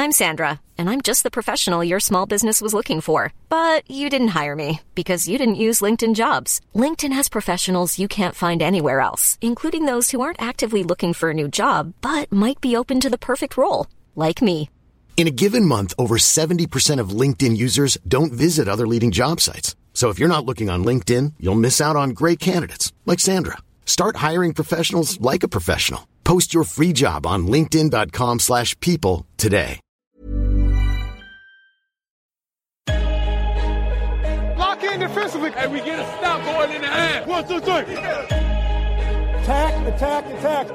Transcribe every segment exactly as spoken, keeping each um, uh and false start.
I'm Sandra, and I'm just the professional your small business was looking for. But you didn't hire me because you didn't use LinkedIn Jobs. LinkedIn has professionals you can't find anywhere else, including those who aren't actively looking for a new job, but might be open to the perfect role, like me. In a given month, over seventy percent of LinkedIn users don't visit other leading job sites. So if you're not looking on LinkedIn, you'll miss out on great candidates, like Sandra. Start hiring professionals like a professional. Post your free job on linkedin.com slash people today. Lock in defensively. And we get a stop going in the half. One, two, three. Attack, attack, attack.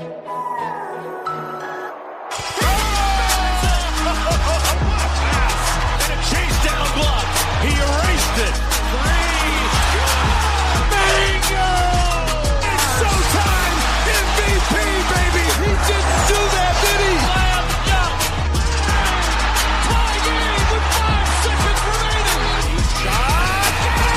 And a chase down block. He erased it. Three. Bingo! It's showtime. M V P, baby. He didn't do that, did he? Slam dunk. Tie game with five seconds remaining. He shot.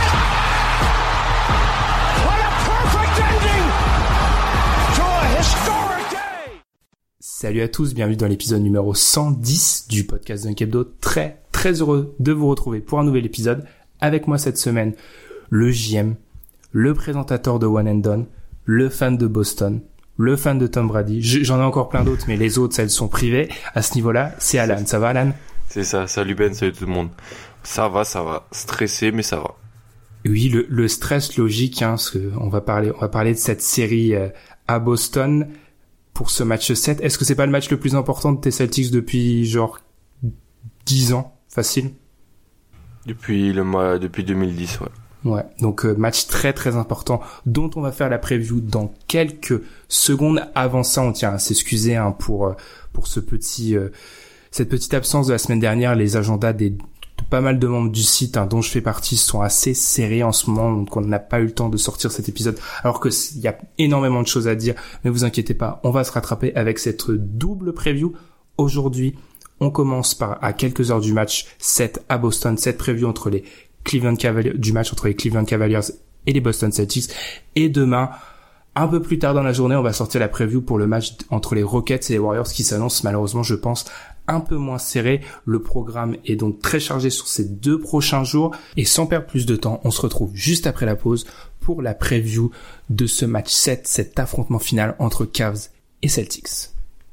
What a perfect ending to a historic day. Salut à tous, bienvenue dans l'épisode numéro cent dix du podcast Dunk Hebdo. Très très heureux de vous retrouver pour un nouvel épisode. Avec moi cette semaine, le J M, le présentateur de One and Done, le fan de Boston, le fan de Tom Brady. J'en ai encore plein d'autres, mais les autres, elles sont privées. À ce niveau-là, c'est Alan. Ça va, Alan? C'est ça. Salut Ben, salut tout le monde. Ça va, ça va. Stressé, mais ça va. Oui, le, le stress logique, hein, parce que on va parler, on va parler de cette série euh, à Boston pour ce match sept. Est-ce que c'est pas le match le plus important de tes Celtics depuis genre dix ans, facile? Depuis le mois, depuis deux mille dix, ouais. Ouais, donc euh, match très très important dont on va faire la preview dans quelques secondes. Avant ça, on tient à s'excuser hein, pour euh, pour ce petit euh, cette petite absence de la semaine dernière. Les agendas des de pas mal de membres du site hein, dont je fais partie sont assez serrés en ce moment, donc on n'a pas eu le temps de sortir cet épisode. Alors que il y a énormément de choses à dire, mais vous inquiétez pas, on va se rattraper avec cette double preview aujourd'hui. On commence par à quelques heures du match sept à Boston, cette preview entre les Cleveland Cavaliers, du match entre les Cleveland Cavaliers et les Boston Celtics. Et demain, un peu plus tard dans la journée, on va sortir la preview pour le match entre les Rockets et les Warriors qui s'annonce malheureusement, je pense, un peu moins serré. Le programme est donc très chargé sur ces deux prochains jours. Et sans perdre plus de temps, on se retrouve juste après la pause pour la preview de ce match sept, cet affrontement final entre Cavs et Celtics.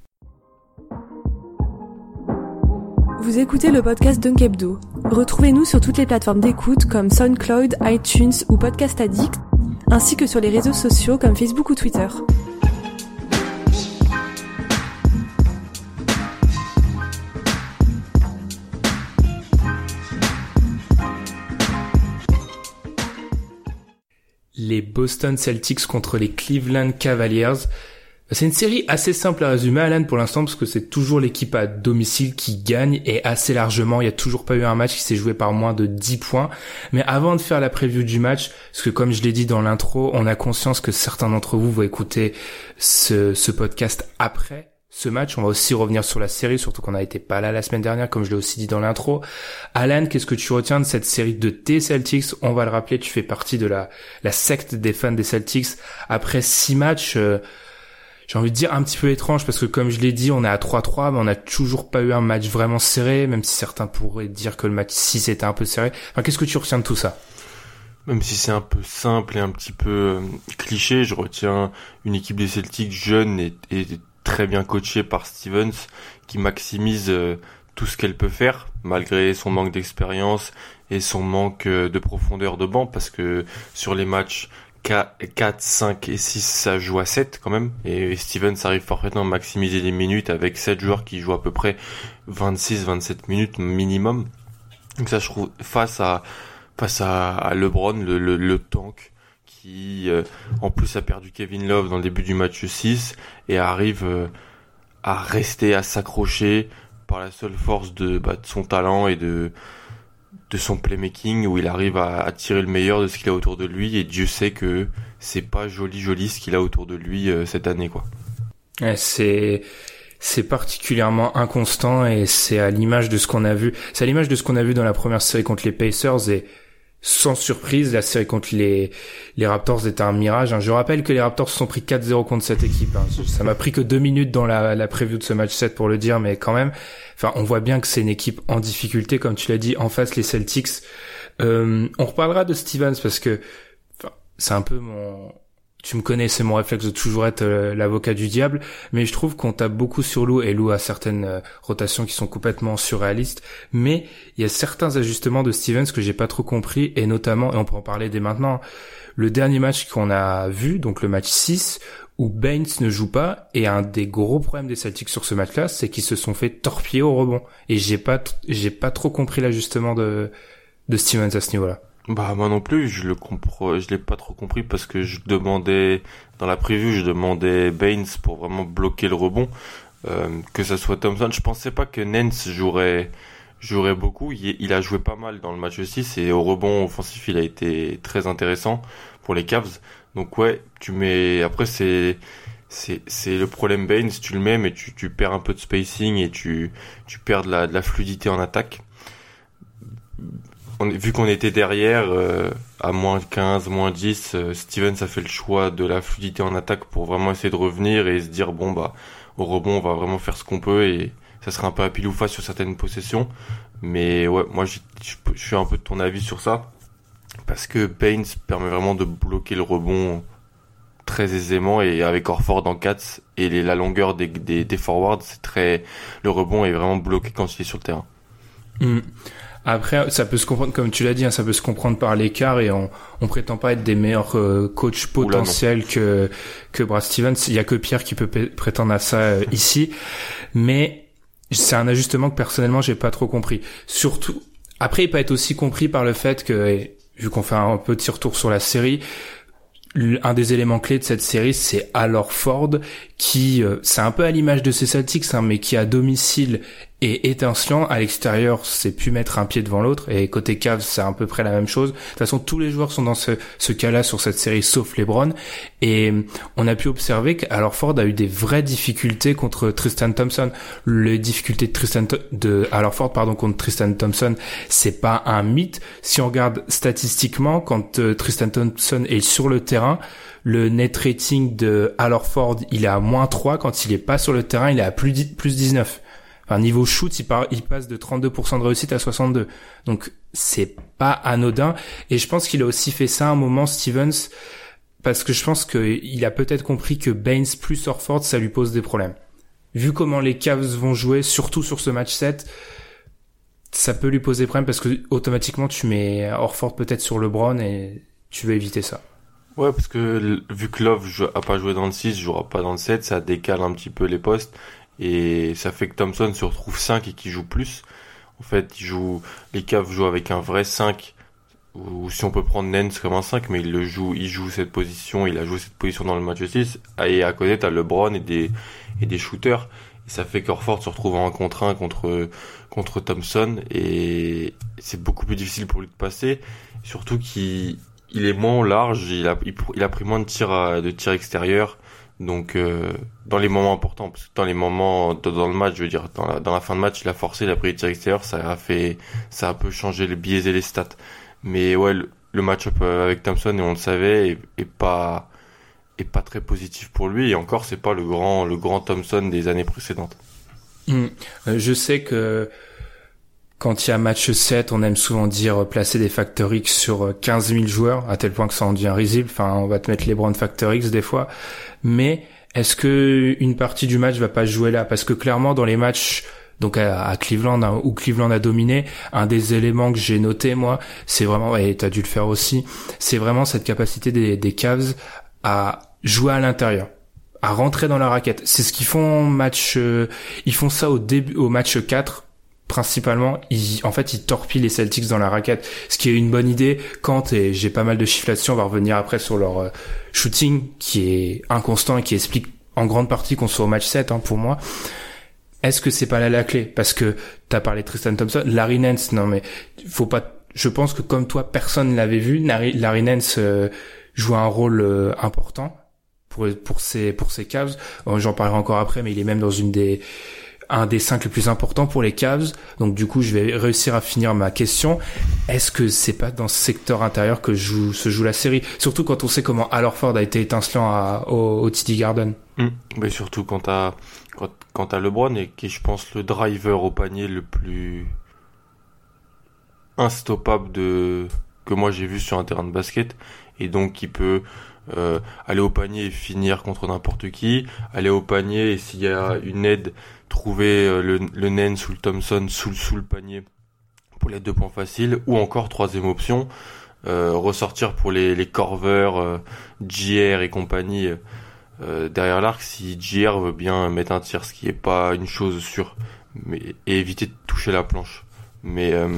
Vous écoutez le podcast Dunk Hebdo. Retrouvez-nous sur toutes les plateformes d'écoute comme SoundCloud, iTunes ou Podcast Addict, ainsi que sur les réseaux sociaux comme Facebook ou Twitter. Les Boston Celtics contre les Cleveland Cavaliers. C'est une série assez simple à résumer, Alan, pour l'instant, parce que c'est toujours l'équipe à domicile qui gagne, et assez largement. Il n'y a toujours pas eu un match qui s'est joué par moins de dix points. Mais avant de faire la preview du match, parce que comme je l'ai dit dans l'intro, on a conscience que certains d'entre vous vont écouter ce, ce podcast après ce match. On va aussi revenir sur la série, surtout qu'on n'a été pas là la semaine dernière, comme je l'ai aussi dit dans l'intro. Alan, qu'est-ce que tu retiens de cette série de tes Celtics? On va le rappeler, tu fais partie de la, la secte des fans des Celtics. Après six matchs... Euh, j'ai envie de dire un petit peu étrange parce que comme je l'ai dit, on est à trois trois, mais on n'a toujours pas eu un match vraiment serré, même si certains pourraient dire que le match six était un peu serré. Enfin, qu'est-ce que tu retiens de tout ça? Même si c'est un peu simple et un petit peu euh, cliché, je retiens une équipe des Celtics jeune et, et très bien coachée par Stevens qui maximise euh, tout ce qu'elle peut faire malgré son manque d'expérience et son manque euh, de profondeur de banc, parce que sur les matchs quatre, cinq et six, ça joue à sept quand même. Et Stevens arrive parfaitement à maximiser les minutes avec sept joueurs qui jouent à peu près vingt-six vingt-sept minutes minimum. Donc ça, je trouve, face à, face à, à LeBron, le, le, le tank, qui, euh, en plus a perdu Kevin Love dans le début du match six et arrive euh, à rester, à s'accrocher par la seule force de, bah, de son talent et de, de son playmaking, où il arrive à, à tirer le meilleur de ce qu'il a autour de lui, et Dieu sait que c'est pas joli joli ce qu'il a autour de lui euh, cette année, quoi. Ouais, c'est c'est particulièrement inconstant, et c'est à l'image de ce qu'on a vu, c'est à l'image de ce qu'on a vu dans la première série contre les Pacers, et sans surprise, la série contre les les Raptors était un mirage. Hein. Je rappelle que les Raptors se sont pris quatre zéro contre cette équipe. Hein. Ça m'a pris que deux minutes dans la, la preview de ce match sept pour le dire, mais quand même, enfin, on voit bien que c'est une équipe en difficulté, comme tu l'as dit, en face les Celtics. Euh, on reparlera de Stevens parce que, enfin, c'est un peu mon... Tu me connais, c'est mon réflexe de toujours être euh, l'avocat du diable, mais je trouve qu'on tape beaucoup sur Lou, et Lou a certaines euh, rotations qui sont complètement surréalistes, mais il y a certains ajustements de Stevens que j'ai pas trop compris, et notamment, et on peut en parler dès maintenant, le dernier match qu'on a vu, donc le match six, où Baines ne joue pas, et un des gros problèmes des Celtics sur ce match-là, c'est qu'ils se sont fait torpiller au rebond, et j'ai pas t- j'ai pas trop compris l'ajustement de de Stevens à ce niveau-là. Bah moi non plus, je le comprends, je l'ai pas trop compris parce que je demandais dans la preview, je demandais Baines pour vraiment bloquer le rebond, euh, que ça soit Thompson. Je pensais pas que Nance jouerait jouerait beaucoup. Il, il a joué pas mal dans le match six et au rebond offensif, il a été très intéressant pour les Cavs. Donc ouais, tu mets. Après c'est c'est c'est le problème Baines, tu le mets mais tu tu perds un peu de spacing et tu tu perds de la de la fluidité en attaque. On, vu qu'on était derrière, euh, à moins quinze, moins dix, euh, Stevens a fait le choix de la fluidité en attaque pour vraiment essayer de revenir et se dire, bon, bah, au rebond, on va vraiment faire ce qu'on peut et ça sera un peu à pile ou face sur certaines possessions. Mais ouais, moi, je, je, je suis un peu de ton avis sur ça parce que Baines permet vraiment de bloquer le rebond très aisément et avec Horford en quatre et les, la longueur des, des, des forwards, c'est très, le rebond est vraiment bloqué quand il est sur le terrain. Mmh. Après, ça peut se comprendre, comme tu l'as dit, hein, ça peut se comprendre par l'écart et on, on prétend pas être des meilleurs euh, coachs potentiels que que Brad Stevens. Il y a que Pierre qui peut p- prétendre à ça euh, ici, mais c'est un ajustement que personnellement j'ai pas trop compris. Surtout, après, il peut être aussi compris par le fait que, et, vu qu'on fait un petit retour sur la série, un des éléments clés de cette série, c'est Al Horford, qui, euh, c'est un peu à l'image de ces Celtics, hein, mais qui à domicile est étincelant. À l'extérieur, c'est pu mettre un pied devant l'autre. Et côté Cavs, c'est à peu près la même chose. De toute façon, tous les joueurs sont dans ce, ce cas-là sur cette série, sauf LeBron. Et on a pu observer qu'Al Horford a eu des vraies difficultés contre Tristan Thompson. Les difficultés de Tristan de Al Horford, pardon, contre Tristan Thompson, c'est pas un mythe. Si on regarde statistiquement, quand euh, Tristan Thompson est sur le terrain, le net rating de Al Horford, il est à moins trois. Quand il est pas sur le terrain, il est à plus, plus dix-neuf. Enfin, niveau shoot, il, part, il passe de trente-deux pour cent de réussite à soixante-deux. Donc, c'est pas anodin. Et je pense qu'il a aussi fait ça à un moment, Stevens, parce que je pense qu'il a peut-être compris que Baines plus Horford, ça lui pose des problèmes. Vu comment les Cavs vont jouer, surtout sur ce match sept, ça peut lui poser problème parce que automatiquement, tu mets Horford peut-être sur LeBron et tu veux éviter ça. Ouais, parce que vu que Love a pas joué dans le six, jouera pas dans le sept, ça décale un petit peu les postes. Et ça fait que Thompson se retrouve cinq et qu'il joue plus. En fait, il joue, les Cavs jouent avec un vrai cinq, ou si on peut prendre Nance comme un cinq, mais il le joue, il joue cette position, il a joué cette position dans le match six. Et à côté, t'as LeBron et des, et des shooters. Et ça fait qu'Horford se retrouve en un contre un contre, contre Thompson. Et c'est beaucoup plus difficile pour lui de passer. Surtout qu'il, il est moins au large, il a, il, il a pris moins de tirs, à, de tirs extérieurs. Donc euh, dans les moments importants, parce que dans les moments dans le match, je veux dire dans la, dans la fin de match, il a forcé, il a pris les tirs extérieurs, ça a fait, ça a un peu changé, le biaisé les stats. Mais ouais, le, le match-up avec Thompson, et on le savait, est, est pas est pas très positif pour lui. Et encore, c'est pas le grand le grand Thompson des années précédentes. Mmh. Euh, je sais que quand il y a match sept, on aime souvent dire placer des Factor X sur quinze mille joueurs, à tel point que ça en devient risible. Enfin, on va te mettre les Browns Factor X des fois. Mais est-ce que une partie du match va pas jouer là? Parce que clairement, dans les matchs donc à, à Cleveland, hein, où Cleveland a dominé, un des éléments que j'ai noté, moi, c'est vraiment, et t'as dû le faire aussi, c'est vraiment cette capacité des, des Cavs à jouer à l'intérieur, à rentrer dans la raquette. C'est ce qu'ils font match, euh, ils font ça au début, au match quatre, principalement. Ils, en fait, ils torpillent les Celtics dans la raquette, ce qui est une bonne idée quand, et j'ai pas mal de chiffres là-dessus, on va revenir après sur leur euh, shooting, qui est inconstant et qui explique en grande partie qu'on soit au match sept, hein, pour moi. Est-ce que c'est pas là la clé? Parce que t'as parlé de Tristan Thompson, Larry Nance, non mais faut pas. Je pense que comme toi, personne l'avait vu. Larry, Larry Nance euh, joue un rôle euh, important pour pour ses pour ses Cavs. Euh, j'en parlerai encore après, mais il est même dans une des un des cinq les plus importants pour les Cavs. Donc du coup, je vais réussir à finir ma question. Est-ce que c'est pas dans ce secteur intérieur que joue, se joue la série? Surtout quand on sait comment Al Horford a été étincelant à, au, au T D Garden. Mmh. Mais surtout quand t'as, quand, quand t'as LeBron et qui est, je pense, le driver au panier le plus instoppable de, que moi j'ai vu sur un terrain de basket. Et donc, il peut, euh, aller au panier et finir contre n'importe qui, aller au panier et s'il y a une aide, trouver le, le Nance ou le Thompson sous, sous le panier pour les deux points faciles, ou encore troisième option, euh, ressortir pour les, les Corver, euh, J R et compagnie euh, derrière l'arc si J R veut bien mettre un tir, ce qui est pas une chose sûre, mais et éviter de toucher la planche. Mais euh,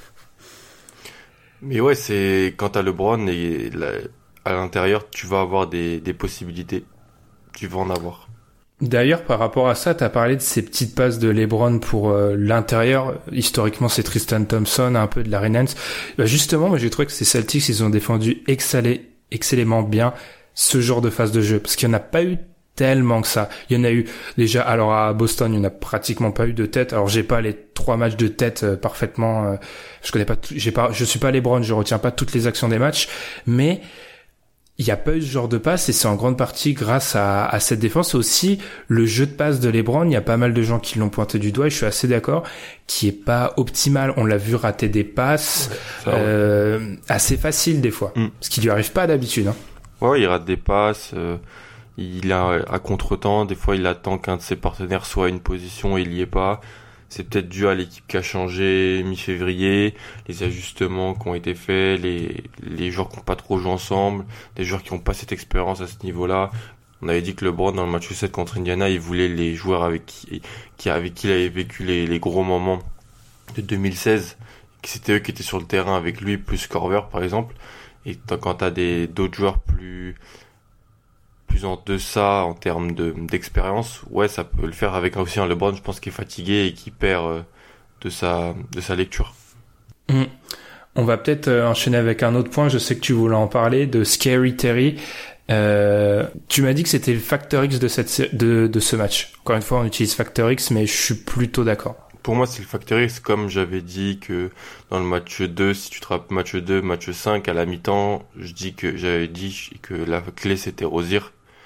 mais ouais, c'est quand t'as LeBron et la, à l'intérieur, tu vas avoir des, des possibilités. Tu vas en avoir. D'ailleurs, par rapport à ça, t'as parlé de ces petites passes de LeBron pour euh, l'intérieur. Historiquement, c'est Tristan Thompson, un peu de Larry Nance. Bah justement, moi j'ai trouvé que ces Celtics, ils ont défendu excellé, excellemment bien ce genre de phase de jeu. Parce qu'il n'y en a pas eu tellement que ça. Il y en a eu déjà, alors à Boston, il n'y en a pratiquement pas eu de tête. Alors j'ai pas les trois matchs de tête euh, parfaitement. Euh, je connais pas, j'ai pas, je suis pas LeBron, je retiens pas toutes les actions des matchs, mais il n'y a pas eu ce genre de passe et c'est en grande partie grâce à, à cette défense. Et aussi le jeu de passe de LeBron, il y a pas mal de gens qui l'ont pointé du doigt et je suis assez d'accord, qui est pas optimal. On l'a vu rater des passes ouais, ça, euh, ouais. assez faciles des fois, mm. ce qui lui arrive pas d'habitude. Hein. Ouais, il rate des passes, euh, il a à contre-temps, des fois il attend qu'un de ses partenaires soit à une position et il y est pas. C'est peut-être dû à l'équipe qui a changé mi-février, les ajustements qui ont été faits, les, les joueurs qui n'ont pas trop joué ensemble, des joueurs qui n'ont pas cette expérience à ce niveau-là. On avait dit que LeBron, dans le match sept contre Indiana, il voulait les joueurs avec qui, qui, avec qui il avait vécu les, les gros moments de deux mille seize, que c'était eux qui étaient sur le terrain avec lui, plus Corver, par exemple. Et quand t'as des, d'autres joueurs plus, plus en deçà en termes de d'expérience, ouais, ça peut le faire avec aussi un LeBron, je pense, qui est fatigué et qui perd euh, de sa de sa lecture. Mmh. On va peut-être euh, enchaîner avec un autre point. Je sais que tu voulais en parler de Scary Terry. Euh, tu m'as dit que c'était le facteur X de cette de de ce match. Encore une fois, on utilise facteur X, mais je suis plutôt d'accord. Pour moi, c'est le facteur X, comme j'avais dit que dans le match deux, si tu te rappelles match deux, match cinq, à la mi-temps, je dis que j'avais dit que la clé c'était Rozier.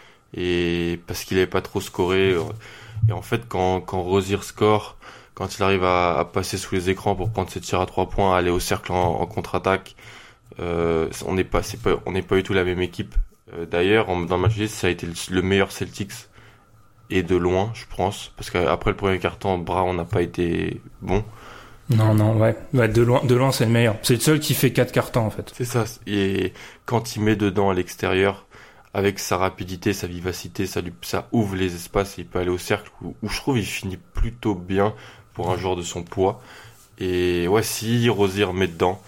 Et parce qu'il avait pas trop scoré. Et en fait, quand, quand Rozier score, quand il arrive à, à passer sous les écrans pour prendre ses tirs à trois points, aller au cercle en, en contre-attaque, euh, on n'est pas, c'est pas, on n'est pas du tout la même équipe. Euh, d'ailleurs, en, dans le match dix, ça a été le, le meilleur Celtics. Et de loin, je pense, parce qu'après le premier quart-temps, Brown n'a pas été bon. Non, non, ouais, ouais, de loin, de loin, c'est le meilleur. C'est le seul qui fait quatre cartons en fait. C'est ça. Et quand il met dedans à l'extérieur, avec sa rapidité, sa vivacité, ça lui, ça ouvre les espaces et il peut aller au cercle où, où je trouve il finit plutôt bien pour un joueur de son poids. Et ouais, si Rozier met dedans,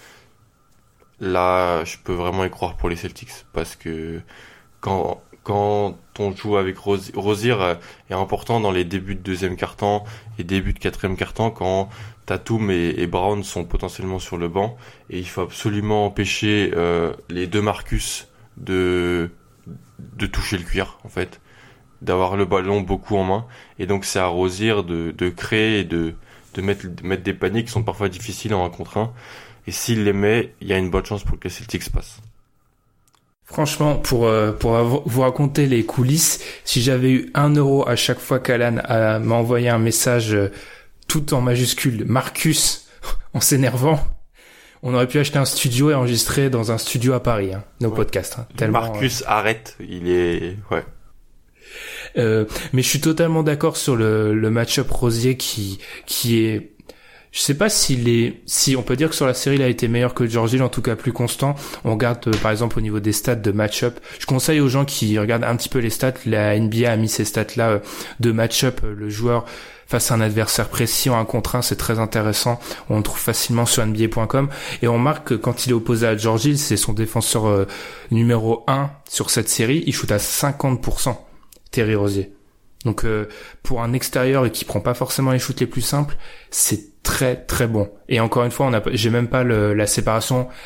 là, je peux vraiment y croire pour les Celtics, parce que quand quand on joue avec Rozier, Rozier est important dans les débuts de deuxième quart-temps et début de quatrième quart-temps quand Tatum et, et Brown sont potentiellement sur le banc et il faut absolument empêcher euh, les deux Marcus de de toucher le cuir en fait, d'avoir le ballon beaucoup en main et donc c'est à Rozier de de créer et de de mettre de mettre des paniers qui sont parfois difficiles en un contre un et s'il les met, il y a une bonne chance pour que les Celtics passent. Franchement, pour euh, pour vous raconter les coulisses, si j'avais eu un euro à chaque fois qu'Alan euh, m'a envoyé un message euh, tout en majuscule, Marcus, en s'énervant, on aurait pu acheter un studio et enregistrer dans un studio à Paris, hein, nos ouais. podcasts. Hein, tellement, Marcus, euh... arrête, il est... ouais. Euh, mais je suis totalement d'accord sur le, le match-up Rozier qui qui est... Je sais pas s'il est, si on peut dire que sur la série il a été meilleur que George Hill, en tout cas plus constant. On regarde euh, par exemple au niveau des stats de match-up. Je conseille aux gens qui regardent un petit peu les stats. La N B A a mis ces stats-là euh, de match-up. Le joueur face à un adversaire précis en un contre un, c'est très intéressant. On le trouve facilement sur N B A point com. Et on remarque que quand il est opposé à George Hill, c'est son défenseur euh, numéro un sur cette série. Il shoot à cinquante pour cent, Terry Rozier. Donc euh, pour un extérieur et qui prend pas forcément les shoots les plus simples, c'est très très bon. Et encore une fois, on a, j'ai même pas le, la séparation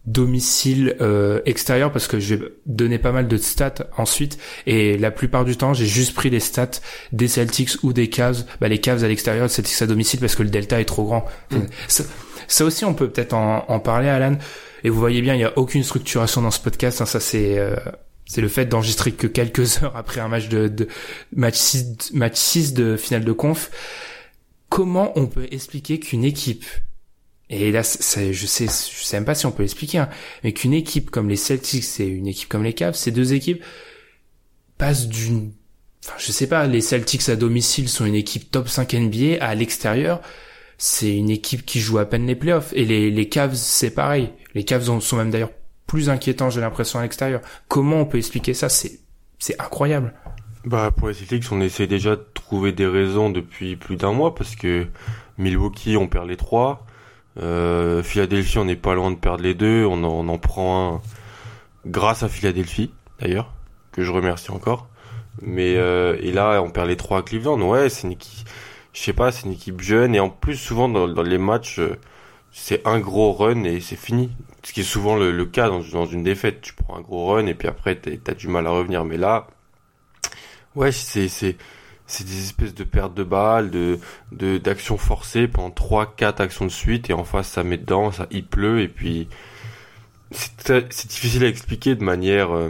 domicile euh, extérieur, parce que je vais donner pas mal de stats ensuite, et la plupart du temps j'ai juste pris les stats des Celtics ou des Cavs, bah les Cavs à l'extérieur, les Celtics à domicile, parce que le delta est trop grand. Mmh. ça, ça aussi on peut peut-être en, en parler, Alan, et vous voyez bien il y a aucune structuration dans ce podcast, hein, ça c'est euh, c'est le fait d'enregistrer que quelques heures après un match de, de match six match six de finale de conf. Comment on peut expliquer qu'une équipe, et là, ça, je sais, je sais même pas si on peut l'expliquer, hein, mais qu'une équipe comme les Celtics et une équipe comme les Cavs, ces deux équipes passent d'une, enfin, je sais pas, les Celtics à domicile sont une équipe top cinq N B A, à l'extérieur, c'est une équipe qui joue à peine les playoffs, et les, les Cavs, c'est pareil. Les Cavs sont même d'ailleurs plus inquiétants, j'ai l'impression, à l'extérieur. Comment on peut expliquer ça? C'est, c'est incroyable. Bah, pour les Celtics, on essaie déjà de trouver des raisons depuis plus d'un mois, parce que Milwaukee, on perd les trois. Euh, Philadelphie, on n'est pas loin de perdre les deux, on en, on en prend un grâce à Philadelphie d'ailleurs, que je remercie encore. Mais euh, et là, on perd les trois à Cleveland. Ouais, c'est une équipe, je sais pas, c'est une équipe jeune, et en plus souvent dans, dans les matchs, c'est un gros run et c'est fini. Ce qui est souvent le, le cas dans, dans une défaite, tu prends un gros run et puis après t'as, t'as du mal à revenir. Mais là, ouais, c'est c'est c'est des espèces de pertes de balles, de, de, d'actions forcées pendant trois, quatre actions de suite, et en face, ça met dedans, ça, il pleut, et puis, c'est, très, c'est difficile à expliquer de manière, euh,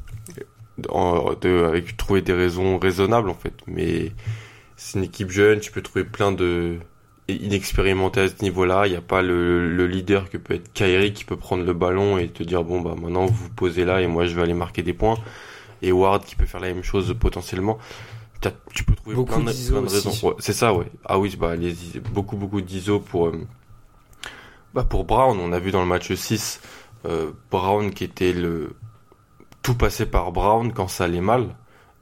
de, de, avec, trouver des raisons raisonnables, en fait, mais c'est une équipe jeune, tu peux trouver plein de, inexpérimentés à ce niveau-là, il n'y a pas le, le leader que peut être Kyrie qui peut prendre le ballon et te dire, bon, bah, maintenant, vous vous posez là, et moi, je vais aller marquer des points, et Ward qui peut faire la même chose potentiellement. Tu peux trouver beaucoup plein de, plein de raisons. Ouais, c'est ça, ouais. Ah oui, bah, les, beaucoup, beaucoup d'I S O pour, euh, bah, pour Brown. On a vu dans le match six, euh, Brown qui était le, tout passé par Brown quand ça allait mal.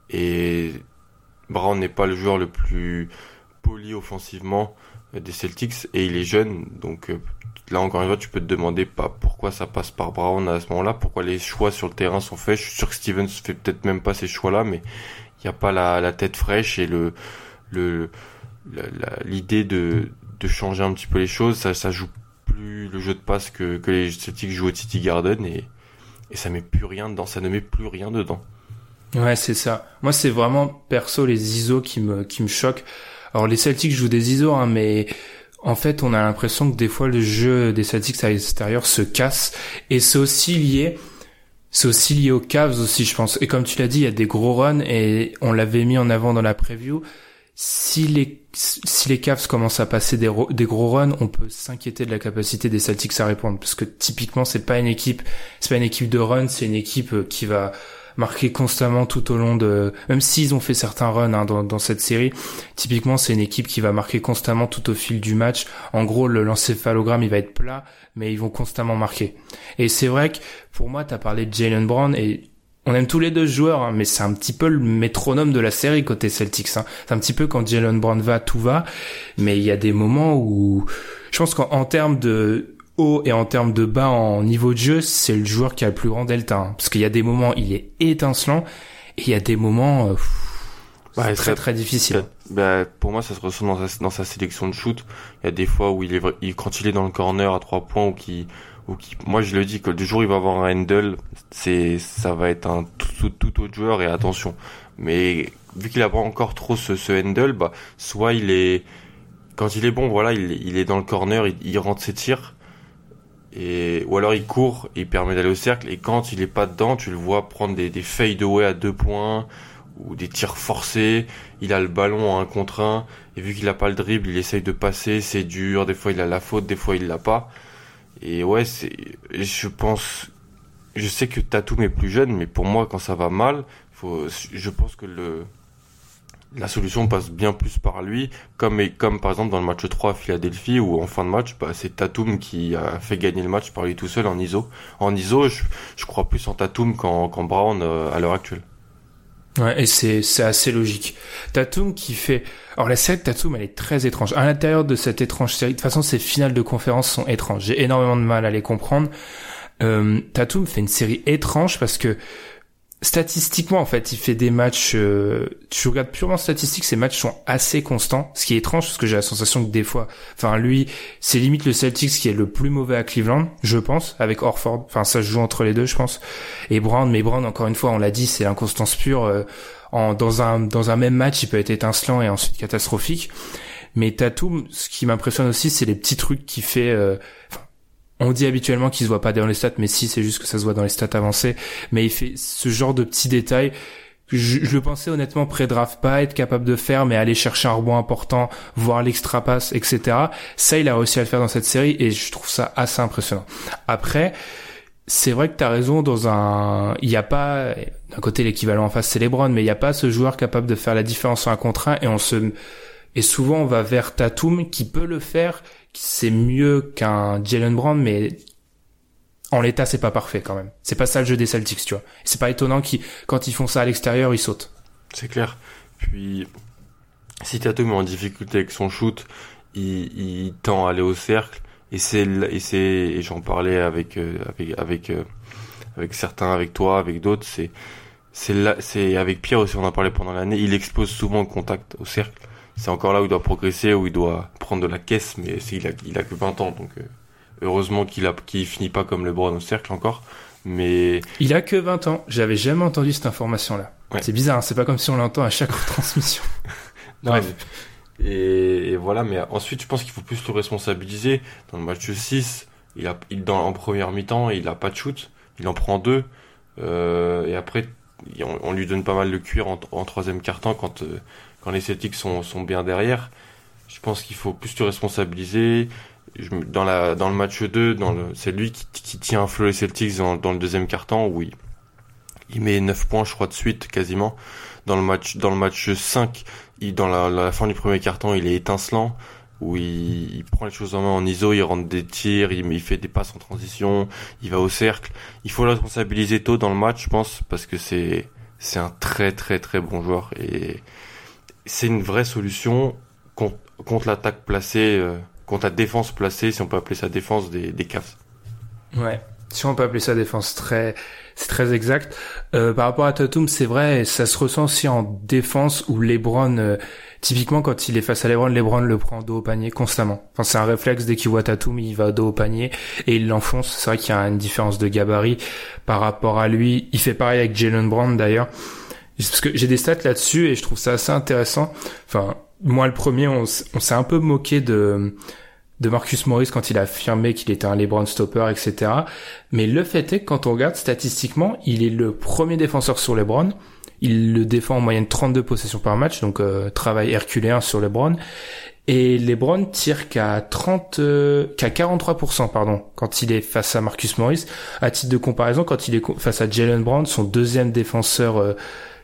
Et Brown n'est pas le joueur le plus poli offensivement euh, des Celtics, et il est jeune. Donc, euh, là, encore une fois, tu peux te demander pas pourquoi ça passe par Brown à ce moment-là, pourquoi les choix sur le terrain sont faits. Je suis sûr que Stevens fait peut-être même pas ces choix-là, mais il y a pas la, la tête fraîche et le, le, la, la, l'idée de, de changer un petit peu les choses. Ça, ça joue plus le jeu de passe que, que les Celtics jouent au T D Garden, et, et ça met plus rien dedans, ça ne met plus rien dedans. Ouais, c'est ça. Moi, c'est vraiment, perso, les I S O qui me, qui me choquent. Alors, les Celtics jouent des I S O, hein, mais en fait, on a l'impression que des fois, le jeu des Celtics à l'extérieur se casse, et c'est aussi lié, C'est aussi lié aux Cavs aussi, je pense. Et comme tu l'as dit, il y a des gros runs, et on l'avait mis en avant dans la preview. Si les, si les Cavs commencent à passer des, des gros runs, on peut s'inquiéter de la capacité des Celtics à répondre. Parce que typiquement, c'est pas une équipe, c'est pas une équipe de run, c'est une équipe qui va marquer constamment tout au long de, même s'ils ont fait certains runs, hein, dans, dans cette série, typiquement, c'est une équipe qui va marquer constamment tout au fil du match. En gros, le l'encéphalogramme, il va être plat, mais ils vont constamment marquer. Et c'est vrai que, pour moi, t'as parlé de Jaylen Brown, et on aime tous les deux ce joueur, hein, mais c'est un petit peu le métronome de la série côté Celtics, hein. C'est un petit peu quand Jaylen Brown va, tout va, mais il y a des moments où, je pense qu'en en termes de haut et en termes de bas en niveau de jeu, c'est le joueur qui a le plus grand delta, hein, parce qu'il y a des moments, il est étincelant, et il y a des moments, euh, pff, bah, c'est très ça, très difficile. Bah, pour moi, ça se ressent dans sa, dans sa sélection de shoot. Il y a des fois où il est, il, quand il est dans le corner à trois points, ou qui, ou qui, moi je le dis, que le jour où il va avoir un handle, c'est, ça va être un tout, tout, tout autre joueur, et attention. Mais vu qu'il a pas encore trop ce, ce handle, bah, soit il est, quand il est bon, voilà, il, il est dans le corner, il, il rentre ses tirs, et, ou alors il court, et il permet d'aller au cercle, et quand il est pas dedans, tu le vois prendre des, des fade away à deux points, ou des tirs forcés, il a le ballon en un contre un, et vu qu'il a pas le dribble, il essaye de passer, c'est dur, des fois il a la faute, des fois il l'a pas. Et ouais, c'est, je pense, je sais que Tatum est plus jeune, mais pour moi, quand ça va mal, faut, je pense que le, la solution passe bien plus par lui, comme, comme par exemple dans le match trois à Philadelphie, où en fin de match, bah, c'est Tatum qui a fait gagner le match par lui tout seul en I S O. En I S O, je, je crois plus en Tatum qu'en, qu'en Brown euh, à l'heure actuelle. Ouais, et c'est, c'est assez logique. Tatum qui fait, alors la série de Tatum, elle est très étrange. À l'intérieur de cette étrange série, de toute façon, ces finales de conférence sont étranges. J'ai énormément de mal à les comprendre. Euh, Tatum fait une série étrange parce que statistiquement, en fait, il fait des matchs, euh, tu regardes purement statistique, ces matchs sont assez constants, ce qui est étrange parce que j'ai la sensation que des fois, enfin, lui, c'est limite le Celtics qui est le plus mauvais à Cleveland, je pense, avec Horford. Enfin, ça se joue entre les deux, je pense. Et Brown, mais Brown, encore une fois, on l'a dit, c'est l'inconstance pure. Euh, en, dans un, dans un même match, il peut être étincelant et ensuite catastrophique. Mais Tatum, ce qui m'impressionne aussi, c'est les petits trucs qu'il fait, euh, on dit habituellement qu'il se voit pas dans les stats, mais si, c'est juste que ça se voit dans les stats avancées. Mais il fait ce genre de petits détails que je, je le pensais honnêtement pré-draft pas être capable de faire, mais aller chercher un rebond important, voir l'extra passe, et cetera. Ça, il a réussi à le faire dans cette série et je trouve ça assez impressionnant. Après, c'est vrai que t'as raison, dans un, il y a pas, d'un côté l'équivalent en face c'est LeBron, mais il y a pas ce joueur capable de faire la différence en un contre un et on se, et souvent on va vers Tatum qui peut le faire, c'est mieux qu'un Jaylen Brown, mais en l'état c'est pas parfait quand même. C'est pas ça le jeu des Celtics, tu vois. C'est pas étonnant qu'ils, quand ils font ça à l'extérieur, ils sautent. C'est clair. Puis si Tatum est en difficulté avec son shoot, il, il tend à aller au cercle et c'est et c'est et j'en parlais avec euh, avec avec euh, avec certains, avec toi, avec d'autres, c'est c'est là, c'est avec Pierre aussi on en parlait pendant l'année, il explose souvent au contact au cercle. C'est encore là où il doit progresser, où il doit prendre de la caisse, mais c'est, il a, il a que vingt ans, donc euh, heureusement qu'il a, qu'il finit pas comme LeBron au cercle encore, mais... Il a que vingt ans, j'avais jamais entendu cette information-là. Ouais. C'est bizarre, hein, c'est pas comme si on l'entend à chaque retransmission. Non, mais, et, et voilà, mais ensuite je pense qu'il faut plus le responsabiliser. Dans le match six, il a, il, dans, en première mi-temps, il a pas de shoot, il en prend deux, euh, et après, on, on lui donne pas mal de cuir en, en troisième quart-temps quand... Euh, quand les Celtics sont, sont bien derrière. Je pense qu'il faut plus te responsabiliser. Je, dans, la, dans le match deux, dans le, c'est lui qui, qui tient un flot les Celtics dans, dans le deuxième quart-temps, où il, il met neuf points, je crois, de suite, quasiment. Dans le match, dans le match cinq, il, dans la, la fin du premier quart-temps, il est étincelant, où il, il prend les choses en main en iso, il rentre des tirs, il, il fait des passes en transition, il va au cercle. Il faut le responsabiliser tôt dans le match, je pense, parce que c'est, c'est un très très très bon joueur et c'est une vraie solution contre, contre l'attaque placée, euh, contre la défense placée, si on peut appeler ça défense des, des Cavs. Ouais, si on peut appeler ça défense, très, c'est très exact. Euh, par rapport à Tatum, c'est vrai, ça se ressent aussi en défense où LeBron, euh, typiquement quand il est face à LeBron, LeBron le prend dos au panier constamment. Enfin, c'est un réflexe, dès qu'il voit Tatum, il va dos au panier et il l'enfonce. C'est vrai qu'il y a une différence de gabarit par rapport à lui. Il fait pareil avec Jaylen Brown d'ailleurs. Parce que j'ai des stats là-dessus et je trouve ça assez intéressant. Enfin, moi le premier, on, on s'est un peu moqué de de Marcus Morris quand il a affirmé qu'il était un LeBron stopper, et cetera. Mais le fait est que quand on regarde statistiquement, il est le premier défenseur sur LeBron. Il le défend en moyenne trente-deux possessions par match, donc euh, travail herculéen sur LeBron. Et LeBron tire qu'à trente, euh, qu'à quarante-trois pour cent, pardon, quand il est face à Marcus Morris. À titre de comparaison, quand il est face à Jaylen Brown, son deuxième défenseur, euh,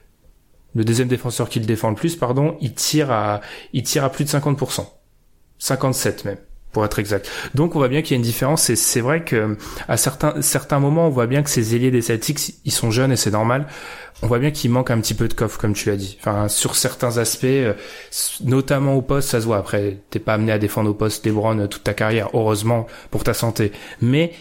le deuxième défenseur qui le défend le plus, pardon, il tire à, il tire à plus de cinquante pour cent. cinquante-sept même, pour être exact. Donc on voit bien qu'il y a une différence et c'est vrai que à certains, certains moments, on voit bien que ces ailiers des Celtics, ils sont jeunes et c'est normal. On voit bien qu'il manque un petit peu de coffre, comme tu l'as dit. Enfin, sur certains aspects, notamment au poste, ça se voit. Après, t'es pas amené à défendre au poste LeBron toute ta carrière, heureusement, pour ta santé. Mais,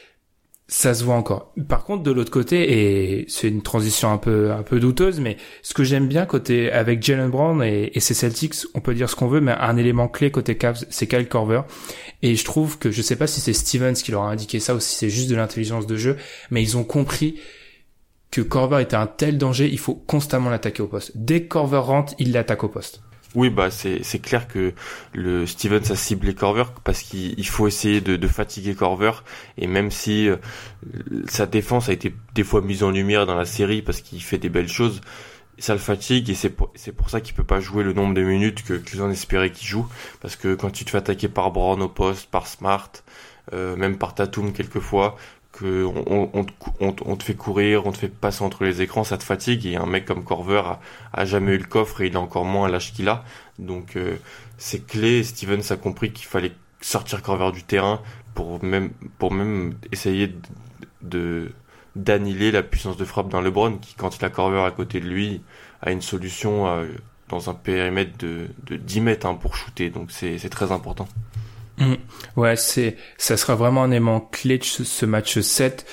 ça se voit encore. Par contre, de l'autre côté, et c'est une transition un peu un peu douteuse, mais ce que j'aime bien côté avec Jaylen Brown et, et ses Celtics, on peut dire ce qu'on veut, mais un élément clé côté Cavs, c'est Kyle Korver. Et je trouve que, je sais pas si c'est Stevens qui leur a indiqué ça ou si c'est juste de l'intelligence de jeu, mais ils ont compris que Korver était un tel danger, il faut constamment l'attaquer au poste. Dès que Korver rentre, il l'attaque au poste. Oui, bah c'est c'est clair que le Stevens a ciblé Korver parce qu'il il faut essayer de, de fatiguer Korver et même si euh, sa défense a été des fois mise en lumière dans la série parce qu'il fait des belles choses, ça le fatigue et c'est pour, c'est pour ça qu'il peut pas jouer le nombre de minutes que qu'ils en espéraient qu'il joue parce que quand tu te fais attaquer par Brown au poste, par Smart, euh, même par Tatum quelquefois, que on, on, on, on te fait courir, on te fait passer entre les écrans, ça te fatigue et un mec comme Korver a, a jamais eu le coffre et il a encore moins l'âge qu'il a, donc euh, c'est clé. Stevens a compris qu'il fallait sortir Korver du terrain pour même pour même essayer de, de d'annihiler la puissance de frappe d'un LeBron qui, quand il a Korver à côté de lui, a une solution euh, dans un périmètre de, de dix mètres hein, pour shooter, donc c'est, c'est très important. Mmh. Ouais, c'est, ça sera vraiment un élément clé de ce match sept.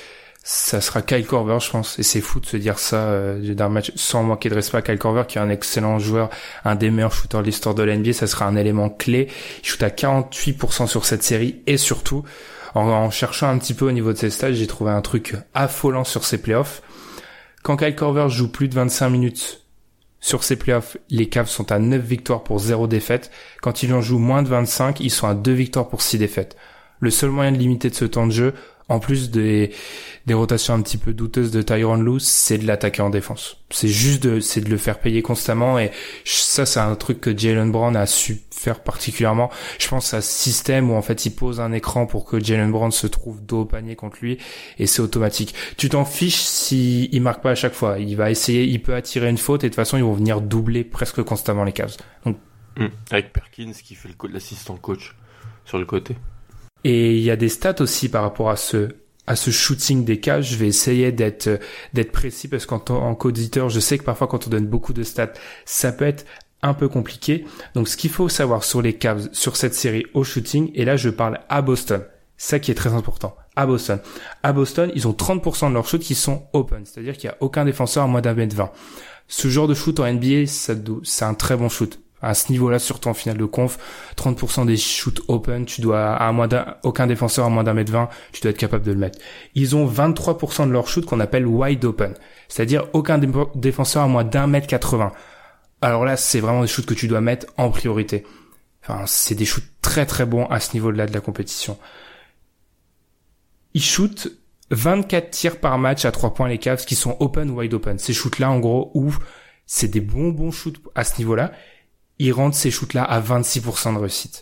ça sera Kyle Korver, je pense. Et c'est fou de se dire ça euh, d'un match sans manquer de respect à Kyle Korver, qui est un excellent joueur, un des meilleurs shooters de l'histoire de l'N B A. Ça sera un élément clé. Il shoot à quarante-huit pour cent sur cette série. Et surtout, en, en cherchant un petit peu au niveau de ses stats, j'ai trouvé un truc affolant sur ses playoffs. Quand Kyle Korver joue plus de vingt-cinq minutes sur ses playoffs, les Cavs sont à neuf victoires pour zéro défaite. Quand il en joue moins de vingt-cinq, ils sont à deux victoires pour six défaites. Le seul moyen de limiter de ce temps de jeu, en plus des, des rotations un petit peu douteuses de Tyronn Lue, c'est de l'attaquer en défense. C'est juste de, c'est de le faire payer constamment, et ça, c'est un truc que Jaylen Brown a su faire particulièrement. Je pense à ce système où, en fait, il pose un écran pour que Jaylen Brown se trouve dos au panier contre lui, et c'est automatique. Tu t'en fiches si il marque pas à chaque fois. Il va essayer, il peut attirer une faute, et de toute façon, ils vont venir doubler presque constamment les Cavs. Donc, mmh. Avec Perkins qui fait le co- l'assistant coach sur le côté. Et il y a des stats aussi par rapport à ce à ce shooting des Cavs. Je vais essayer d'être d'être précis parce qu'en en qu'auditeur, je sais que parfois quand on donne beaucoup de stats, ça peut être un peu compliqué. Donc ce qu'il faut savoir sur les Cavs, sur cette série au shooting, et là je parle à Boston, ça qui est très important, à Boston. À Boston, ils ont trente pour cent de leurs shoots qui sont open, c'est-à-dire qu'il y a aucun défenseur à moins d'un mètre vingt. Ce genre de shoot en N B A, ça, c'est un très bon shoot. À ce niveau-là, surtout en finale de conf, trente pour cent des shoots open, tu dois, à moins d'un, aucun défenseur à moins d'un mètre vingt, tu dois être capable de le mettre. Ils ont vingt-trois pour cent de leurs shoots qu'on appelle wide open. C'est-à-dire aucun dé- défenseur à moins d'un mètre quatre-vingts. Alors là, c'est vraiment des shoots que tu dois mettre en priorité. Enfin, c'est des shoots très très bons à ce niveau-là de la compétition. Ils shootent vingt-quatre tirs par match à trois points les Cavs qui sont open ou wide open. Ces shoots-là, en gros, où c'est des bons bons shoots à ce niveau-là. Ils rendent ces shoots-là à vingt-six pour cent de réussite.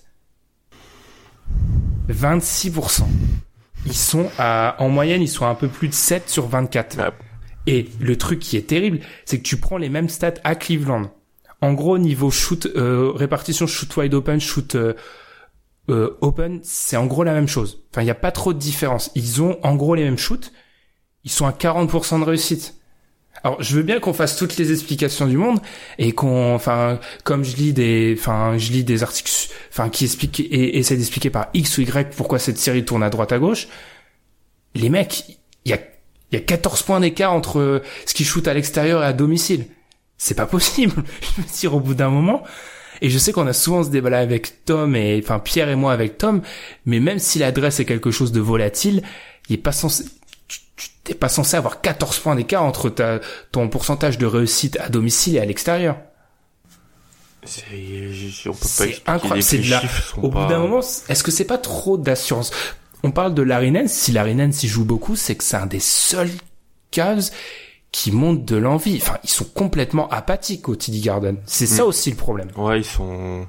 vingt-six pour cent. Ils sont à, en moyenne, ils sont à un peu plus de sept sur vingt-quatre. Ah. Et le truc qui est terrible, c'est que tu prends les mêmes stats à Cleveland. En gros, niveau shoot, euh, répartition shoot wide open, shoot euh, euh, open, c'est en gros la même chose. Enfin, il y a pas trop de différence. Ils ont en gros les mêmes shoots. Ils sont à quarante pour cent de réussite. Alors, je veux bien qu'on fasse toutes les explications du monde et qu'on, enfin, comme je lis des, enfin, je lis des articles, enfin, qui expliquent et essaient d'expliquer par X ou Y pourquoi cette série tourne à droite à gauche. Les mecs, il y a, il y a quatorze points d'écart entre ce qu'ils shootent à l'extérieur et à domicile. C'est pas possible. Je me tire au bout d'un moment. Et je sais qu'on a souvent ce débat-là avec Tom et, enfin, Pierre et moi avec Tom, mais même si l'adresse est quelque chose de volatile, il est pas censé, tu t'es pas censé avoir quatorze points d'écart entre ta, ton pourcentage de réussite à domicile et à l'extérieur. C'est, on peut pas c'est incroyable. C'est de la, au pas... bout d'un moment, est-ce que c'est pas trop d'assurance? On parle de Larry Nance. Si Larry Nance y joue beaucoup, c'est que c'est un des seuls Cavs qui montrent de l'envie. Enfin, ils sont complètement apathiques au T D Garden. C'est mmh. ça aussi le problème. Ouais, ils sont,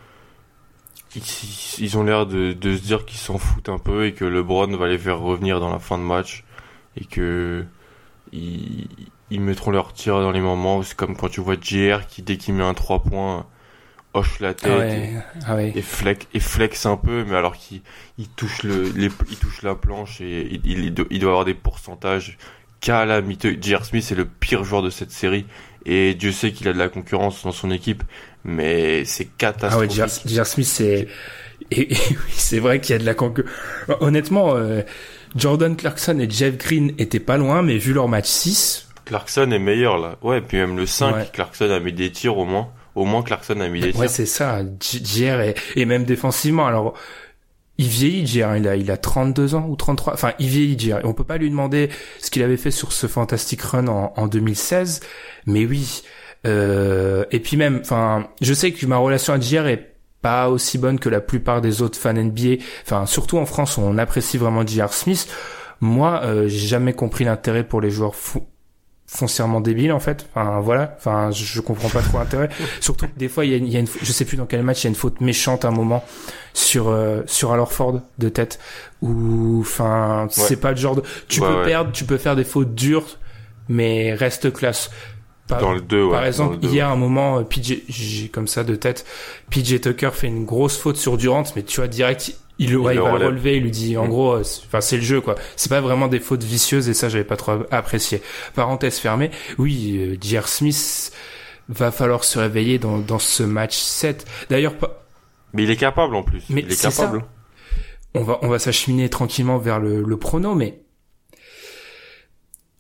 ils, ils ont l'air de, de se dire qu'ils s'en foutent un peu et que LeBron va les faire revenir dans la fin de match. Et que ils, ils mettront leur tir dans les moments. C'est comme quand tu vois J R qui, dès qu'il met un trois points, hoche la tête ah ouais, et, ah ouais. et, flex, et flex un peu, mais alors qu'il il touche, le, les, il touche la planche et il, il, il doit avoir des pourcentages calamiteux. J R Smith est le pire joueur de cette série et Dieu sait qu'il a de la concurrence dans son équipe, mais c'est catastrophique. Ah ouais, J R Smith, c'est... Et, et oui, c'est vrai qu'il y a de la concurrence. Honnêtement... Euh... Jordan Clarkson et Jeff Green étaient pas loin, mais vu leur match six... Clarkson est meilleur, là. Ouais, puis même le cinq, ouais. Clarkson a mis des tirs, au moins. Au moins, Clarkson a mis des tirs. Ouais, c'est ça. J R est, et même défensivement. Alors, il vieillit, J R. Il a, il a trente-deux ans ou trente-trois. Enfin, il vieillit, J R. On peut pas lui demander ce qu'il avait fait sur ce fantastic run en, en deux mille seize. Mais oui. Euh, et puis même, enfin, je sais que ma relation à J R est pas aussi bonne que la plupart des autres fans N B A. Enfin, surtout en France, où on apprécie vraiment J R Smith. Moi, euh, j'ai jamais compris l'intérêt pour les joueurs fou- foncièrement débiles, en fait. Enfin, voilà. Enfin, je, je comprends pas trop l'intérêt. Surtout que des fois, il y a, il y a une, je sais plus dans quel match, il y a une faute méchante à un moment sur, euh, sur Al Horford de tête. Ou, enfin, ouais. c'est pas le genre de, tu ouais, peux ouais. perdre, tu peux faire des fautes dures, mais reste classe. Par, dans le deux, ouais, par exemple, deux, hier, ouais. à un moment, P J, j'ai comme ça de tête, P J Tucker fait une grosse faute sur Durant, mais tu vois, direct, il, il, ouais, il, il va le relever, il lui dit, en mmh. gros, enfin, c'est le jeu, quoi. C'est pas vraiment des fautes vicieuses, et ça, j'avais pas trop apprécié. Parenthèse fermée. Oui, euh, J R Smith va falloir se réveiller dans, dans ce match sept. D'ailleurs, pas... Mais il est capable, en plus. Mais il est capable. Ça. On va, on va s'acheminer tranquillement vers le, le prono, mais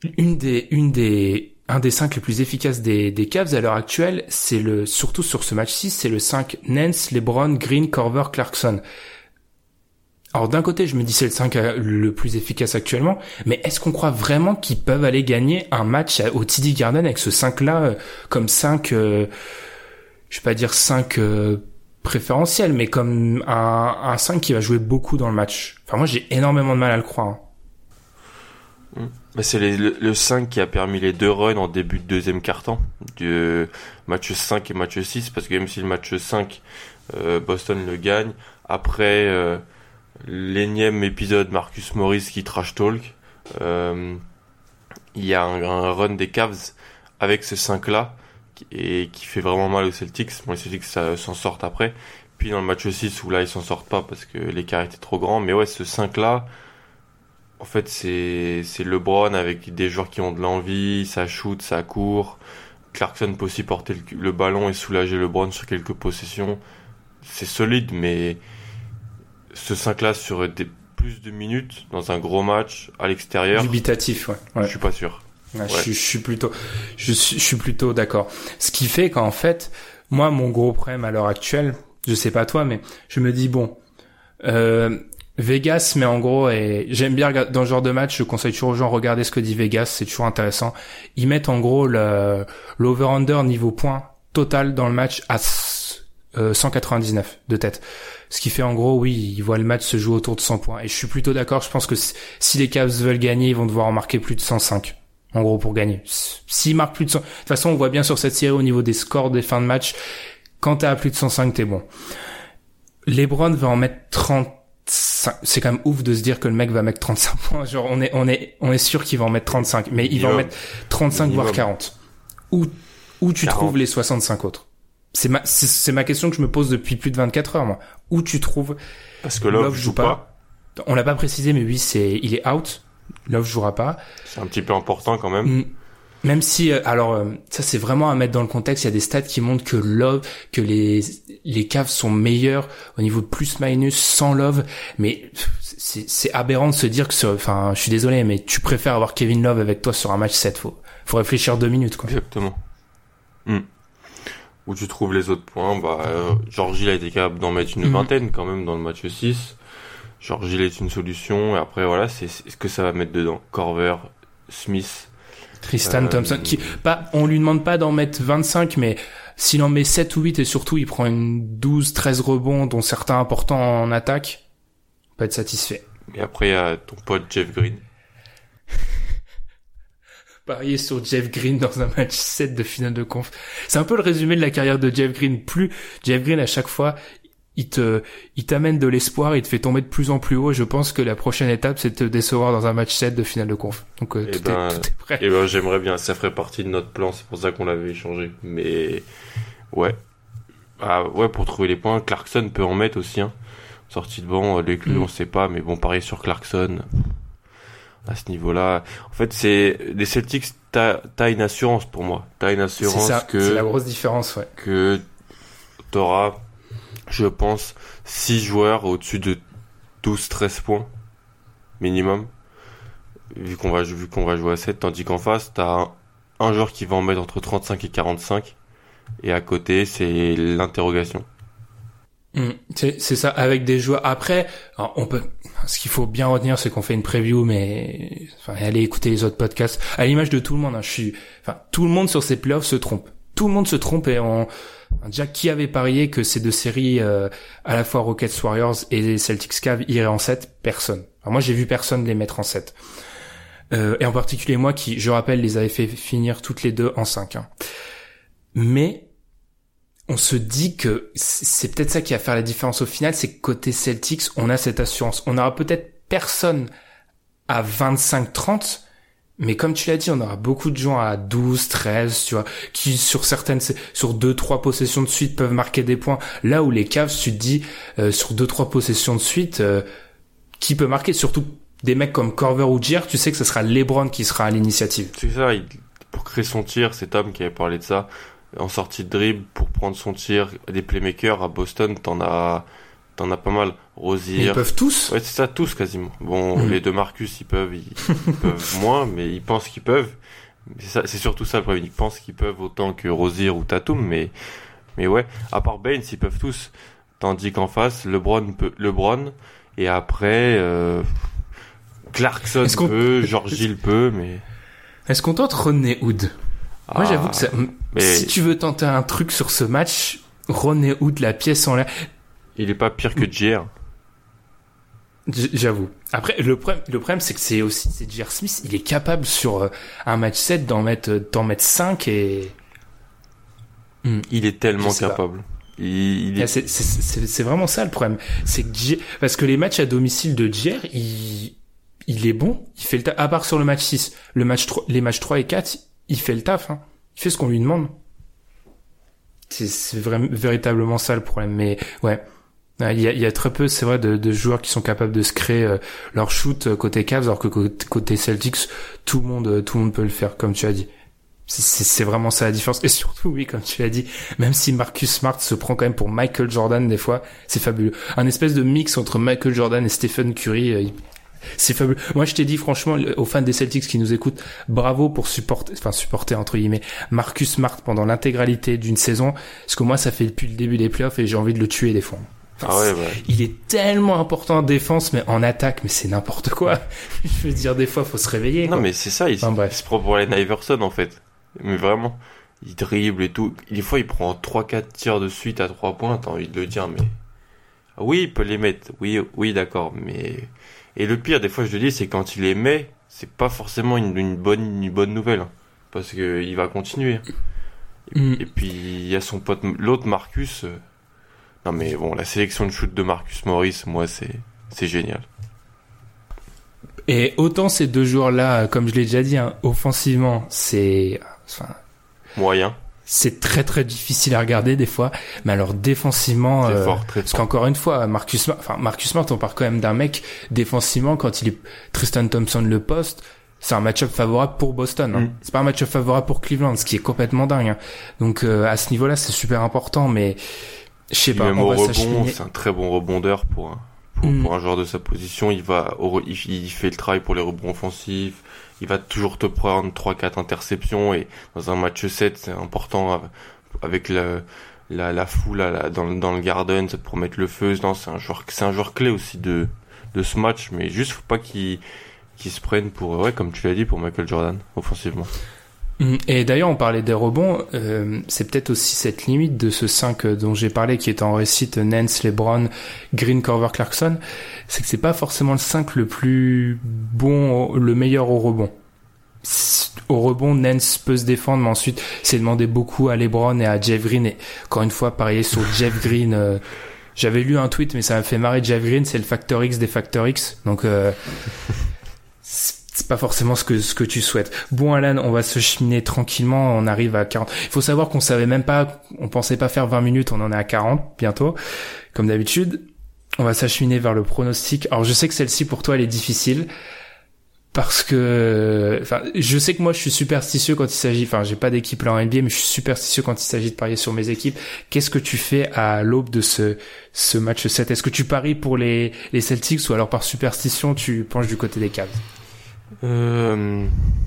une des, une des, un des cinq les plus efficaces des, des Cavs à l'heure actuelle, c'est le, surtout sur ce match six, c'est le cinq Nance, LeBron, Green, Korver, Clarkson. Alors d'un côté, je me dis c'est le cinq le plus efficace actuellement, mais est-ce qu'on croit vraiment qu'ils peuvent aller gagner un match au T D Garden avec ce cinq-là, comme cinq, euh, je vais pas dire cinq euh, préférentiel, mais comme un, un cinq qui va jouer beaucoup dans le match. Enfin, moi, j'ai énormément de mal à le croire. Mmh. Mais c'est les, le, le cinq qui a permis les deux runs en début de deuxième quart-temps, du match cinq et match six, parce que même si le match cinq, euh, Boston le gagne, après euh, l'énième épisode Marcus Morris qui trash talk, euh, il y a un, un run des Cavs avec ce cinq-là, et qui fait vraiment mal aux Celtics. Bon, les Celtics ça, s'en sortent après. Puis dans le match six où là ils s'en sortent pas parce que l'écart était trop grand. Mais ouais, ce cinq là, en fait c'est c'est LeBron avec des joueurs qui ont de l'envie, ça shoot, ça court. Clarkson peut aussi porter le, le ballon et soulager LeBron sur quelques possessions. C'est solide, mais ce cinq là sur des plus de minutes dans un gros match à l'extérieur, dubitatif, ouais. ouais. Je suis pas sûr. Ouais, ouais. je, je suis plutôt, je suis, je suis plutôt d'accord. Ce qui fait qu'en fait, moi, mon gros problème à l'heure actuelle, je sais pas toi, mais je me dis bon, euh, Vegas, mais en gros, et j'aime bien regarder, dans ce genre de match, je conseille toujours aux gens regarder ce que dit Vegas, c'est toujours intéressant. Ils mettent en gros le, l'over-under niveau points total dans le match à euh, cent quatre-vingt-dix-neuf de tête. Ce qui fait en gros, oui, ils voient le match se jouer autour de cent points. Et je suis plutôt d'accord, je pense que si les Cavs veulent gagner, ils vont devoir en marquer plus de cent cinq. En gros, pour gagner. S'ils marquent plus de cent... De toute façon, on voit bien sur cette série au niveau des scores des fins de match, quand t'es à plus de cent cinq, t'es bon. LeBron va en mettre trente-cinq. C'est quand même ouf de se dire que le mec va mettre trente-cinq points. Genre, on est, on est, on est sûr qu'il va en mettre trente-cinq. Mais il va en mettre trente-cinq, voire quarante. Où, où tu trouves les soixante-cinq autres? C'est ma, c'est, c'est ma question que je me pose depuis plus de vingt-quatre heures, moi. Où tu trouves... Parce que Love, Love joue pas. pas. On l'a pas précisé, mais oui, c'est, il est out. Love jouera pas. C'est un petit peu important quand même. Même si, alors euh, ça c'est vraiment à mettre dans le contexte. Il y a des stats qui montrent que Love, que les les Cavs sont meilleurs au niveau de plus-minus sans Love. Mais c'est, c'est aberrant de se dire que, enfin, je suis désolé, mais tu préfères avoir Kevin Love avec toi sur un match sept. Faut, faut réfléchir deux minutes, quoi. Exactement. Mm. Où tu trouves les autres points, bah, euh, Georgie a été capable d'en mettre une mm. vingtaine quand même dans le match six. Georgie est une solution, et après voilà, c'est, c'est ce que ça va mettre dedans. Korver, Smith, Tristan euh, Thompson, qui, pas, on lui demande pas d'en mettre vingt-cinq, mais s'il en met sept ou huit, et surtout il prend une douze, treize rebonds, dont certains importants en attaque, on peut être satisfait. Et après, il y a ton pote Jeff Green. Parier sur Jeff Green dans un match sept de finale de conf. C'est un peu le résumé de la carrière de Jeff Green. Plus Jeff Green, à chaque fois, il te, il t'amène de l'espoir, il te fait tomber de plus en plus haut. Je pense que la prochaine étape, c'est de te décevoir dans un match sept de finale de conf. Donc, euh, tout, ben, est, tout est prêt. Et ben, j'aimerais bien. Ça ferait partie de notre plan. C'est pour ça qu'on l'avait échangé. Mais, ouais. Ah, ouais, pour trouver les points, Clarkson peut en mettre aussi, hein. Sortie de banc, les clés, mm. on sait pas, mais bon, pareil sur Clarkson. À ce niveau-là. En fait, c'est, les Celtics, t'as, t'as une assurance pour moi. T'as une assurance c'est ça, que. C'est la grosse différence, ouais. Que t'auras, je pense, six joueurs au-dessus de douze treize points. Minimum. Vu qu'on va, vu qu'on va jouer à sept, tandis qu'en face, t'as un, un joueur qui va en mettre entre trente-cinq et quarante-cinq. Et à côté, c'est l'interrogation. Mmh, c'est, c'est ça, avec des joueurs. Après, alors on peut. Ce qu'il faut bien retenir, c'est qu'on fait une preview, mais enfin, allez écouter les autres podcasts. À l'image de tout le monde, hein, je suis. Enfin, tout le monde sur ces playoffs se trompe. Tout le monde se trompe et on. Déjà, qui avait parié que ces deux séries, euh, à la fois Rockets Warriors et Celtics Cavs, iraient en sept? Personne. Alors moi, j'ai vu personne les mettre en sept. Euh, et en particulier moi, qui, je rappelle, les avait fait finir toutes les deux en cinq. Hein. Mais on se dit que c'est peut-être ça qui va faire la différence au final, c'est que côté Celtics, on a cette assurance. On n'aura peut-être personne à vingt-cinq trente, mais comme tu l'as dit, on aura beaucoup de gens à douze, treize, tu vois, qui sur certaines, sur deux, trois possessions de suite peuvent marquer des points. Là où les Cavs, tu te dis, euh, sur deux, trois possessions de suite, euh, qui peut marquer? Surtout des mecs comme Korver ou Gier, tu sais que ce sera LeBron qui sera à l'initiative. C'est ça, il, pour créer son tir, c'est Tom qui avait parlé de ça. En sortie de dribble, pour prendre son tir, des playmakers à Boston, t'en as, t'en t'en as pas mal. Rosier. Ils peuvent tous. Ouais, c'est ça, tous quasiment. Bon, mmh. les deux Marcus, ils peuvent, ils, ils peuvent moins, mais ils pensent qu'ils peuvent. C'est, ça, c'est surtout ça le problème. Ils pensent qu'ils peuvent autant que Rosier ou Tatum, mais, mais ouais. À part Baines, ils peuvent tous. Tandis qu'en face, LeBron peut, LeBron, et après, euh, Clarkson Est-ce qu'on... peut, George Hill peut, mais. Est-ce qu'on tente Rodney Hood? Ah, Moi, j'avoue que ça, mais... si tu veux tenter un truc sur ce match, Rodney Hood, la pièce en l'air. Il est pas pire que J R. J'avoue. Après, le problème, le problème, c'est que c'est aussi, c'est J R Smith, il est capable sur un match sept d'en mettre, d'en mettre cinq et... Mm. Il est tellement capable. Il, il est... c'est, c'est, c'est, c'est vraiment ça le problème. C'est que J... parce que les matchs à domicile de J R, il, il est bon, il fait le taf, à part sur le match six. Le match trois, les matchs trois et quatre, il fait le taf, hein. Il fait ce qu'on lui demande. C'est, c'est vraiment, véritablement ça le problème. Mais, ouais. Il y a, il y a très peu, c'est vrai, de, de joueurs qui sont capables de se créer euh, leur shoot côté Cavs, alors que côté, côté Celtics, tout le monde, tout le monde peut le faire, comme tu as dit. C'est, c'est, c'est vraiment ça la différence. Et surtout, oui, comme tu l'as dit, même si Marcus Smart se prend quand même pour Michael Jordan des fois, c'est fabuleux. Un espèce de mix entre Michael Jordan et Stephen Curry, euh, c'est fabuleux. Moi, je t'ai dit, franchement, aux fans des Celtics qui nous écoutent, bravo pour supporter, enfin, supporter, entre guillemets, Marcus Smart pendant l'intégralité d'une saison, parce que moi, ça fait depuis le début des playoffs et j'ai envie de le tuer des fois. Enfin, ah ouais, ouais. Il est tellement important en défense, mais en attaque, mais c'est n'importe quoi. Je veux dire, des fois, faut se réveiller. Non, quoi. mais c'est ça, il, enfin, il se prend pour Allen Iverson, en fait. Mais vraiment, il dribble et tout. Des fois, il prend trois quatre tirs de suite à trois points, t'as envie de le dire, mais... Oui, il peut les mettre. Oui, oui, d'accord, mais... Et le pire, des fois, je le dis, c'est quand il les met, c'est pas forcément une, une bonne, une bonne nouvelle. Hein, parce que il va continuer. Et, mm. et puis, il y a son pote, l'autre Marcus... Euh... Non mais bon, la sélection de shoot de Marcus Morris, moi, c'est, c'est génial. Et autant ces deux joueurs-là, comme je l'ai déjà dit, hein, offensivement, c'est... Enfin, moyen. C'est très très difficile à regarder des fois, mais alors défensivement... C'est euh, fort, très parce fort. qu'encore une fois, Marcus Smart, enfin, Marcus Smart, on parle quand même d'un mec, défensivement, quand il est Tristan Thompson le poste, c'est un match-up favorable pour Boston. Hein. Mm. C'est pas un match-up favorable pour Cleveland, ce qui est complètement dingue. Hein. Donc euh, à ce niveau-là, c'est super important, mais... Je sais pas, même on au va rebond, s'acheminer. C'est un très bon rebondeur pour un, pour, mm. pour un joueur de sa position. Il va, au, il, il fait le travail pour les rebonds offensifs. Il va toujours te prendre trois quatre interceptions et dans un match sept, c'est important avec la, la, la foule la, dans, dans le Garden, c'est pour mettre le feu. Non, c'est un joueur, c'est un joueur clé aussi de, de ce match, mais juste faut pas qu'il, qu'il se prenne pour, ouais, comme tu l'as dit, pour Michael Jordan, offensivement. Et d'ailleurs, on parlait des rebonds, euh, c'est peut-être aussi cette limite de ce cinq dont j'ai parlé, qui est en récite Nance, LeBron, Green, Korver, Clarkson, c'est que c'est pas forcément le cinq le plus bon, le meilleur au rebond. Au rebond, Nance peut se défendre, mais ensuite, c'est demandé beaucoup à LeBron et à Jeff Green, et encore une fois, parier sur Jeff Green, euh, j'avais lu un tweet, mais ça m'a fait marrer. Jeff Green, c'est le facteur X des facteurs X, donc euh, c'est pas forcément ce que ce que tu souhaites. Bon Alan, on va se cheminer tranquillement, on arrive à quarante. Il faut savoir qu'on savait même pas, on pensait pas faire vingt minutes, on en est à quarante bientôt, comme d'habitude. On va s'acheminer vers le pronostic. Alors je sais que celle-ci pour toi elle est difficile parce que enfin je sais que moi je suis superstitieux quand il s'agit, enfin j'ai pas d'équipe là en N B A, mais je suis superstitieux quand il s'agit de parier sur mes équipes. Qu'est-ce que tu fais à l'aube de ce ce match sept? Est-ce que tu paries pour les les Celtics ou alors par superstition tu penches du côté des Cavs? Euh,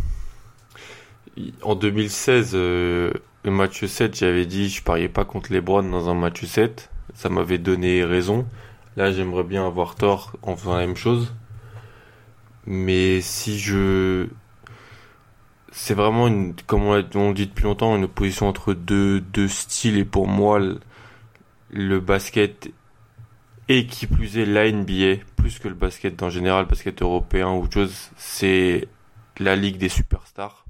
en deux mille seize, euh, le match sept, j'avais dit je pariais pas contre LeBron dans un match sept. Ça m'avait donné raison. Là, j'aimerais bien avoir tort en faisant la même chose. Mais si je... C'est vraiment, une, comme on, on le dit depuis longtemps, une opposition entre deux, deux styles. Et pour moi, le, le basket... Et qui plus est la N B A, plus que le basket en général, basket européen ou autre chose, c'est la ligue des superstars.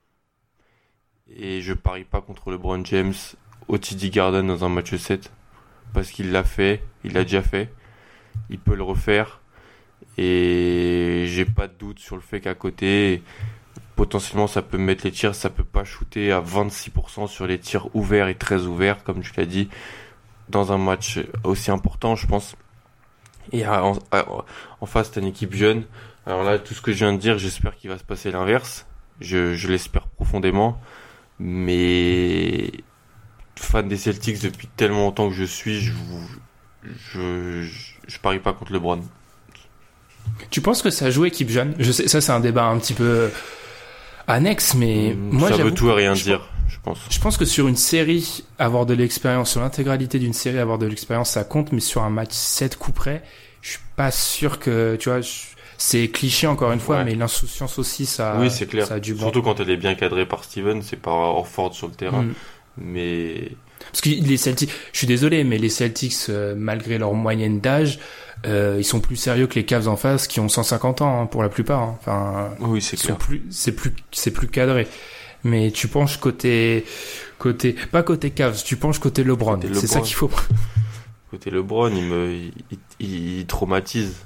Et je parie pas contre LeBron James au T D Garden dans un match sept, parce qu'il l'a fait, il l'a déjà fait, il peut le refaire, et j'ai pas de doute sur le fait qu'à côté, potentiellement ça peut mettre les tirs, ça peut pas shooter à vingt-six pour cent sur les tirs ouverts et très ouverts, comme tu l'as dit, dans un match aussi important, je pense. Et en, en face, t'as une équipe jeune. Alors là, tout ce que je viens de dire, j'espère qu'il va se passer l'inverse. Je, je l'espère profondément. Mais fan des Celtics depuis tellement longtemps que je suis, je, je, je, je parie pas contre LeBron. Tu penses que ça joue équipe jeune? Je sais, ça c'est un débat un petit peu annexe, mais mmh, moi ça j'avoue veut tout et rien je dire, je pense. Je pense que sur une série, avoir de l'expérience, sur l'intégralité d'une série, avoir de l'expérience, ça compte, mais sur un match sept coups près, je suis pas sûr que, tu vois, je, c'est cliché encore une fois, ouais. mais l'insouciance aussi, ça, oui, c'est clair. Ça a du bon. Surtout quand elle est bien cadrée par Steven, c'est pas Horford sur le terrain, mmh. mais... Parce que les Celtics, je suis désolé, mais les Celtics, euh, malgré leur moyenne d'âge, euh, ils sont plus sérieux que les Cavs en face, qui ont cent cinquante ans hein, pour la plupart. Hein. Enfin, oui, c'est clair. Plus, c'est plus, c'est plus cadré. Mais tu penches côté, côté, pas côté Cavs, tu penches côté LeBron. Côté c'est LeBron. Ça qu'il faut. Côté LeBron, il me, il, il, il traumatise.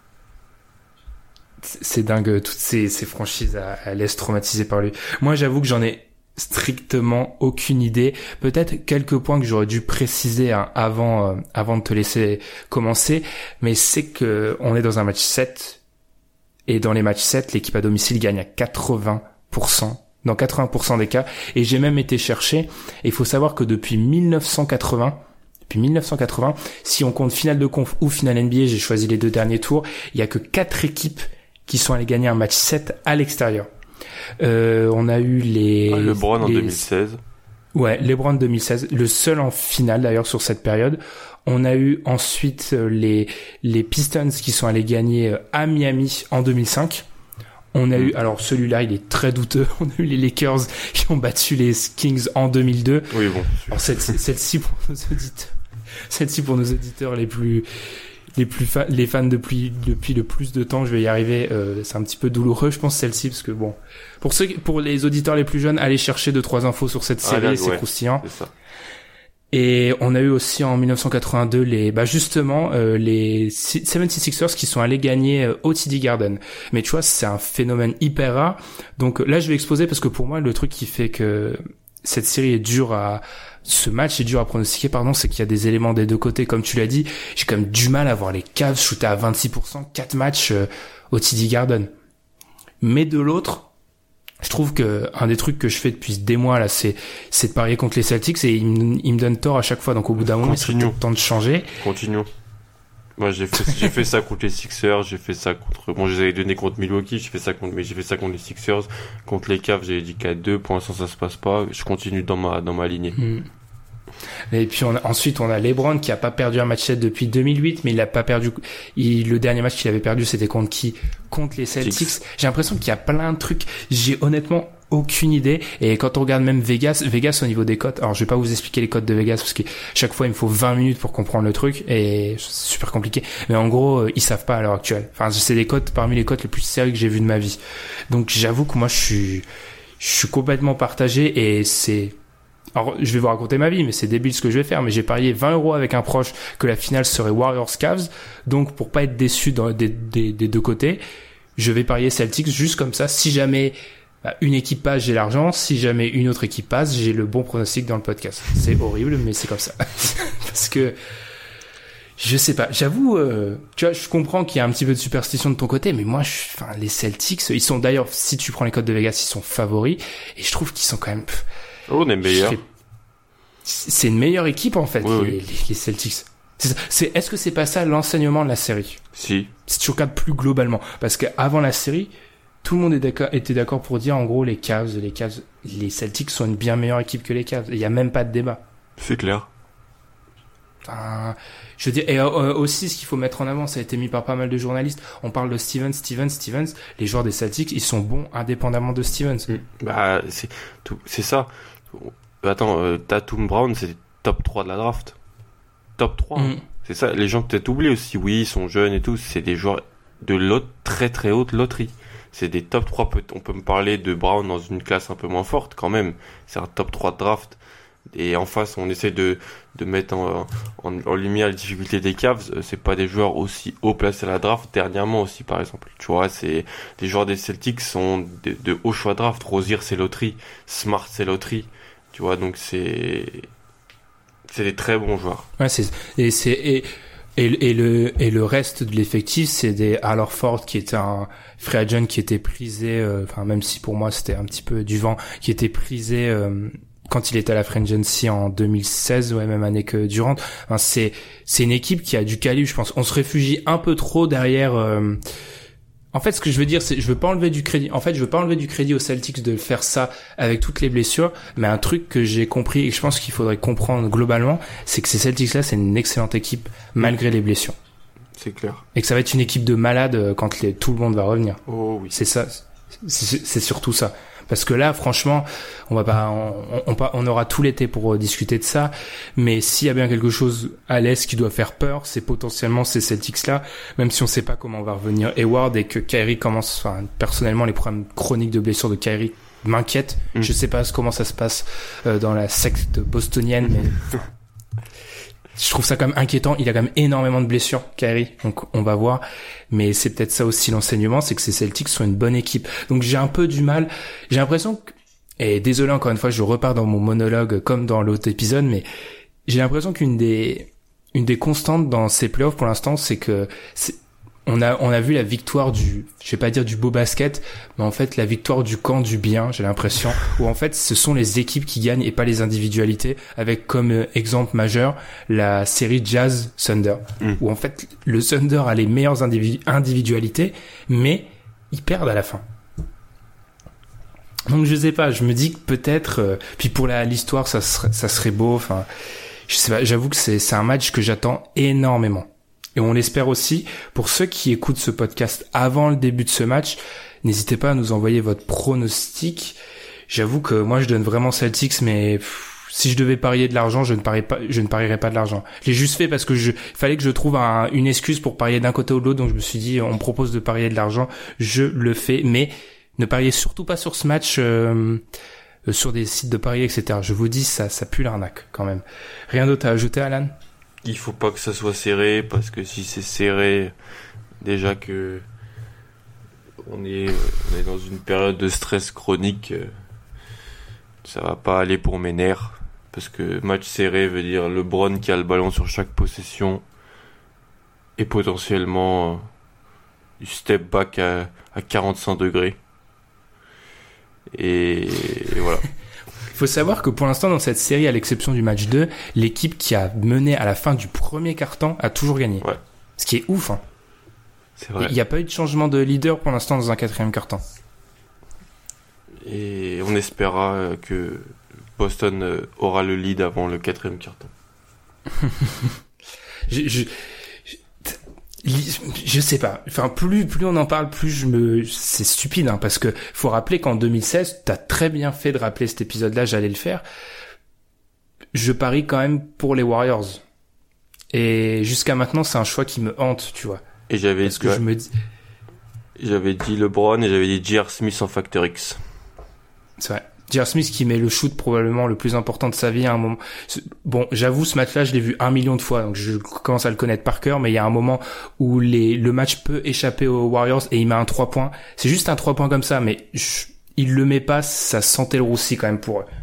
C'est, c'est dingue, toutes ces, ces franchises à, à l'est traumatisées par lui. Moi, j'avoue que j'en ai strictement aucune idée. Peut-être quelques points que j'aurais dû préciser hein, avant euh, avant de te laisser commencer, mais c'est que on est dans un match sept et dans les matchs sept, l'équipe à domicile gagne à quatre-vingts pour cent dans quatre-vingts pour cent des cas, et j'ai même été chercher, et il faut savoir que depuis mille neuf cent quatre-vingts depuis mille neuf cent quatre-vingts, si on compte finale de conf ou finale N B A, j'ai choisi les deux derniers tours, il y a que quatre équipes qui sont allées gagner un match sept à l'extérieur. Euh, on a eu les... Ah, LeBron les... en deux mille seize. Ouais, LeBron deux mille seize, le seul en finale d'ailleurs sur cette période. On a eu ensuite les les Pistons qui sont allés gagner à Miami en deux mille cinq. On a mmh. eu, alors celui-là il est très douteux, on a eu les Lakers qui ont battu les Kings en deux mille deux. Oui bon. Alors celle-ci, celle-ci pour nos auditeurs, celle-ci pour nos auditeurs les plus... les plus fa- les fans depuis depuis le plus de temps, je vais y arriver, euh, c'est un petit peu douloureux je pense celle-ci, parce que bon, pour ceux pour les auditeurs les plus jeunes, allez chercher deux trois infos sur cette série, ah, là, c'est ouais, croustillant. C'est ça. Et on a eu aussi en dix-neuf cent quatre-vingt-deux les bah justement euh, les soixante-sixers qui sont allés gagner euh, au T D Garden. Mais tu vois, c'est un phénomène hyper rare. Donc là je vais exposer, parce que pour moi le truc qui fait que cette série est dure à ce match est dur à pronostiquer, pardon, c'est qu'il y a des éléments des deux côtés, comme tu l'as dit. J'ai quand même du mal à voir les Cavs shooter à vingt-six pour cent, quatre matchs euh, au T D Garden. Mais de l'autre, je trouve que un des trucs que je fais depuis des mois là, c'est c'est de parier contre les Celtics, et ils me il me donnent tort à chaque fois. Donc au bout d'un moment, il serait peut-être temps de changer. Continuons. Moi, j'ai fait j'ai fait ça contre les Sixers, j'ai fait ça contre bon, je les avais donné contre Milwaukee, j'ai fait ça contre mais j'ai fait ça contre les Sixers, contre les Cavs, j'avais dit qu'à deux, pour l'instant ça se passe pas, je continue dans ma dans ma lignée. Mmh. Et puis on a, ensuite on a LeBron qui a pas perdu un match sept depuis deux mille huit, mais il a pas perdu il, le dernier match qu'il avait perdu c'était contre qui? Contre les Celtics. Six. J'ai l'impression qu'il y a plein de trucs, j'ai honnêtement aucune idée. Et quand on regarde même Vegas, Vegas au niveau des cotes, alors je vais pas vous expliquer les cotes de Vegas parce que chaque fois il me faut vingt minutes pour comprendre le truc et c'est super compliqué. Mais en gros, ils savent pas à l'heure actuelle. Enfin, c'est des cotes parmi les cotes les plus sérieuses que j'ai vues de ma vie. Donc j'avoue que moi je suis, je suis complètement partagé, et c'est, alors je vais vous raconter ma vie, mais c'est débile ce que je vais faire. Mais j'ai parié vingt euros avec un proche que la finale serait Warriors-Cavs. Donc pour pas être déçu dans, des, des, des deux côtés, je vais parier Celtics juste comme ça. Si jamais bah, une équipe passe, j'ai l'argent. Si jamais une autre équipe passe, j'ai le bon pronostic dans le podcast. C'est horrible, mais c'est comme ça. Parce que je sais pas. J'avoue, euh, tu vois, je comprends qu'il y a un petit peu de superstition de ton côté, mais moi, je, enfin, les Celtics, ils sont d'ailleurs, si tu prends les cotes de Vegas, ils sont favoris, et je trouve qu'ils sont quand même. Oh, on est meilleurs. C'est une meilleure équipe en fait, oui, les, oui. les, les Celtics. C'est, c'est, est-ce que c'est pas ça l'enseignement de la série? Si. Si tu regardes plus globalement, parce qu'avant la série, tout le monde est d'accord, était d'accord pour dire en gros les Cavs, les Cavs, les Celtics sont une bien meilleure équipe que les Cavs. Il y a même pas de débat. C'est clair. Enfin, je veux dire, et euh, aussi ce qu'il faut mettre en avant, ça a été mis par pas mal de journalistes. On parle de Stevens, Stevens, Stevens. Les joueurs des Celtics, ils sont bons indépendamment de Stevens. Mmh. Bah c'est tout, c'est ça. Attends, euh, Tatum Brown, c'est top trois de la draft. Top trois. Mmh. Hein. C'est ça. Les gens peut-être oublient aussi. Oui, ils sont jeunes et tout. C'est des joueurs de lot très très haute loterie. C'est des top trois. On peut me parler de Brown dans une classe un peu moins forte quand même. C'est un top trois de draft. Et en face, on essaie de, de mettre en, en, en lumière les difficultés des Cavs. C'est pas des joueurs aussi haut placés à la draft. Dernièrement aussi, par exemple. Tu vois, c'est, les joueurs des Celtics sont de, de haut choix draft. Rozier, c'est loterie. Smart, c'est loterie. Tu vois, donc c'est, c'est des très bons joueurs. Ouais, c'est, et c'est, et, et, et le, et le reste de l'effectif, c'est des Al Horford qui était un free agent qui était prisé, euh, enfin, même si pour moi c'était un petit peu du vent, qui était prisé, euh, quand il était à la Free Agency en deux mille seize, ouais, même année que Durant. Enfin, c'est c'est une équipe qui a du calibre, je pense. On se réfugie un peu trop derrière. Euh... En fait, ce que je veux dire, c'est, je veux pas enlever du crédit. En fait, je veux pas enlever du crédit aux Celtics de faire ça avec toutes les blessures, mais un truc que j'ai compris et que je pense qu'il faudrait comprendre globalement, c'est que ces Celtics-là, c'est une excellente équipe malgré les blessures. C'est clair. Et que ça va être une équipe de malades quand les, tout le monde va revenir. Oh oui. C'est ça. C'est, c'est surtout ça. Parce que là, franchement, on va pas, on, on, on aura tout l'été pour discuter de ça. Mais s'il y a bien quelque chose à l'Est qui doit faire peur, c'est potentiellement ces Celtics-là. Même si on sait pas comment va revenir Hayward et que Kyrie commence, enfin, personnellement, les problèmes chroniques de blessure de Kyrie m'inquiètent. Mmh. Je sais pas comment ça se passe euh, dans la secte bostonienne, mais je trouve ça quand même inquiétant. Il a quand même énormément de blessures, Kyrie. Donc, on va voir. Mais c'est peut-être ça aussi l'enseignement, c'est que ces Celtics sont une bonne équipe. Donc, j'ai un peu du mal. J'ai l'impression que, et désolé encore une fois, je repars dans mon monologue comme dans l'autre épisode, mais j'ai l'impression qu'une des, une des constantes dans ces playoffs pour l'instant, c'est que c'est, on a, on a vu la victoire du, je vais pas dire du beau basket, mais en fait, la victoire du camp du bien, j'ai l'impression, où en fait, ce sont les équipes qui gagnent et pas les individualités, avec comme exemple majeur, la série Jazz Thunder, mm. où en fait, le Thunder a les meilleures individu- individualités, mais ils perdent à la fin. Donc, je sais pas, je me dis que peut-être, euh, puis pour la, l'histoire, ça serait, ça serait beau, enfin, je sais pas, j'avoue que c'est, c'est un match que j'attends énormément. Et on l'espère aussi, pour ceux qui écoutent ce podcast avant le début de ce match, n'hésitez pas à nous envoyer votre pronostic. J'avoue que moi je donne vraiment Celtics, mais pff, si je devais parier de l'argent, je ne parierais pas, je ne parierais pas de l'argent. Je l'ai juste fait parce que je, fallait que je trouve un, une excuse pour parier d'un côté ou de l'autre, donc je me suis dit, on me propose de parier de l'argent, je le fais, mais ne pariez surtout pas sur ce match, euh, sur des sites de paris, et cetera. Je vous dis, ça, ça pue l'arnaque quand même. Rien d'autre à ajouter, Alan? Il faut pas que ça soit serré, parce que si c'est serré, déjà que on est, on est dans une période de stress chronique, ça va pas aller pour mes nerfs, parce que match serré veut dire LeBron qui a le ballon sur chaque possession et potentiellement du step back à, à quarante-cinq degrés. Et, et voilà. Il faut savoir que pour l'instant dans cette série, à l'exception du match deux, l'équipe qui a mené à la fin du premier quart-temps a toujours gagné. Ouais. Ce qui est ouf, hein. C'est vrai. Il n'y a pas eu de changement de leader pour l'instant dans un quatrième quart-temps. Et on espérera que Boston aura le lead avant le quatrième quart-temps. je, je, je, je sais pas. Enfin, plus, plus on en parle, plus je me, c'est stupide, hein, parce que faut rappeler qu'en deux mille seize, t'as très bien fait de rappeler cet épisode-là, j'allais le faire. Je parie quand même pour les Warriors. Et jusqu'à maintenant, c'est un choix qui me hante, tu vois. Et j'avais Parce que je me dis... J'avais dit LeBron et j'avais dit J R. Smith en Factor X. C'est vrai. J R. Smith qui met le shoot probablement le plus important de sa vie à un moment. Bon, j'avoue, ce match-là, je l'ai vu un million de fois, donc je commence à le connaître par cœur, mais il y a un moment où les, le match peut échapper aux Warriors et il met un trois points. C'est juste un trois points comme ça, mais je, il le met pas, ça sentait le roussi quand même pour eux.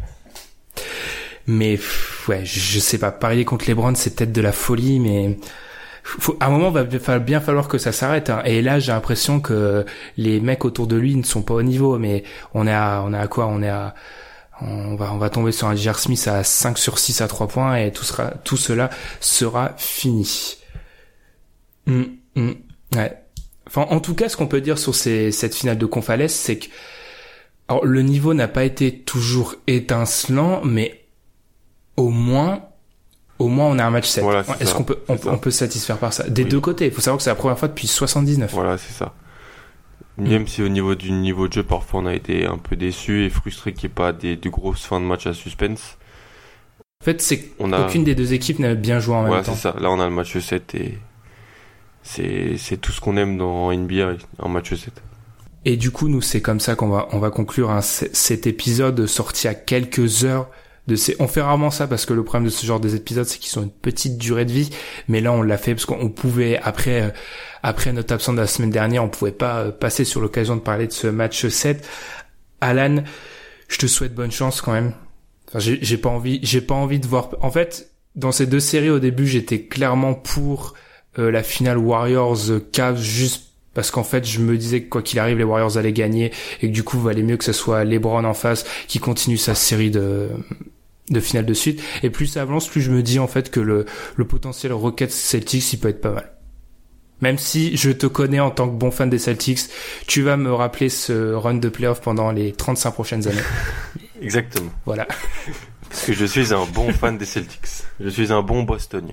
Mais, ouais, je sais pas, parier contre les Browns, c'est peut-être de la folie, mais... Faut, à un moment, il va bien falloir que ça s'arrête, hein. Et là, j'ai l'impression que les mecs autour de lui ne sont pas au niveau, mais on est à, on est à quoi? On est à, on va, on va tomber sur un J R. Smith à cinq sur six à trois points et tout sera, tout cela sera fini. Mmh, mmh, ouais. Enfin, en tout cas, ce qu'on peut dire sur ces, cette finale de Conf à l'Est, c'est que, alors, le niveau n'a pas été toujours étincelant, mais au moins, Au moins, on a un match sept. Voilà, Est-ce ça. qu'on peut, on, on peut se satisfaire par ça? Des oui. deux côtés. Il faut savoir que c'est la première fois depuis soixante-dix-neuf. Voilà, c'est ça. Même mmh. si au niveau du niveau de jeu, parfois on a été un peu déçus et frustrés qu'il n'y ait pas des, de grosses fins de match à suspense. En fait, c'est qu'aucune a... des deux équipes n'a bien joué en voilà, même temps. Ouais, c'est ça. Là, on a le match sept et c'est, c'est tout ce qu'on aime dans N B A, en match sept. Et du coup, nous, c'est comme ça qu'on va, on va conclure hein, c- cet épisode sorti à quelques heures. De ces... On fait rarement ça parce que le problème de ce genre d'épisodes, c'est qu'ils ont une petite durée de vie. Mais là, on l'a fait parce qu'on pouvait, après, euh, après notre absence de la semaine dernière, on pouvait pas euh, passer sur l'occasion de parler de ce match sept. Alan, je te souhaite bonne chance quand même. Enfin, j'ai, j'ai pas envie, j'ai pas envie de voir. En fait, dans ces deux séries, au début, j'étais clairement pour euh, la finale Warriors-Cavs, juste parce qu'en fait, je me disais que quoi qu'il arrive, les Warriors allaient gagner et que du coup, il valait mieux que ce soit LeBron en face qui continue sa série de de finale de suite. Et plus ça avance, plus je me dis en fait que le, le potentiel Rockets Celtics, il peut être pas mal. Même si je te connais en tant que bon fan des Celtics, tu vas me rappeler ce run de playoff pendant les trente-cinq prochaines années. Exactement. Voilà. Parce que je suis un bon fan des Celtics. Je suis un bon Bostonien.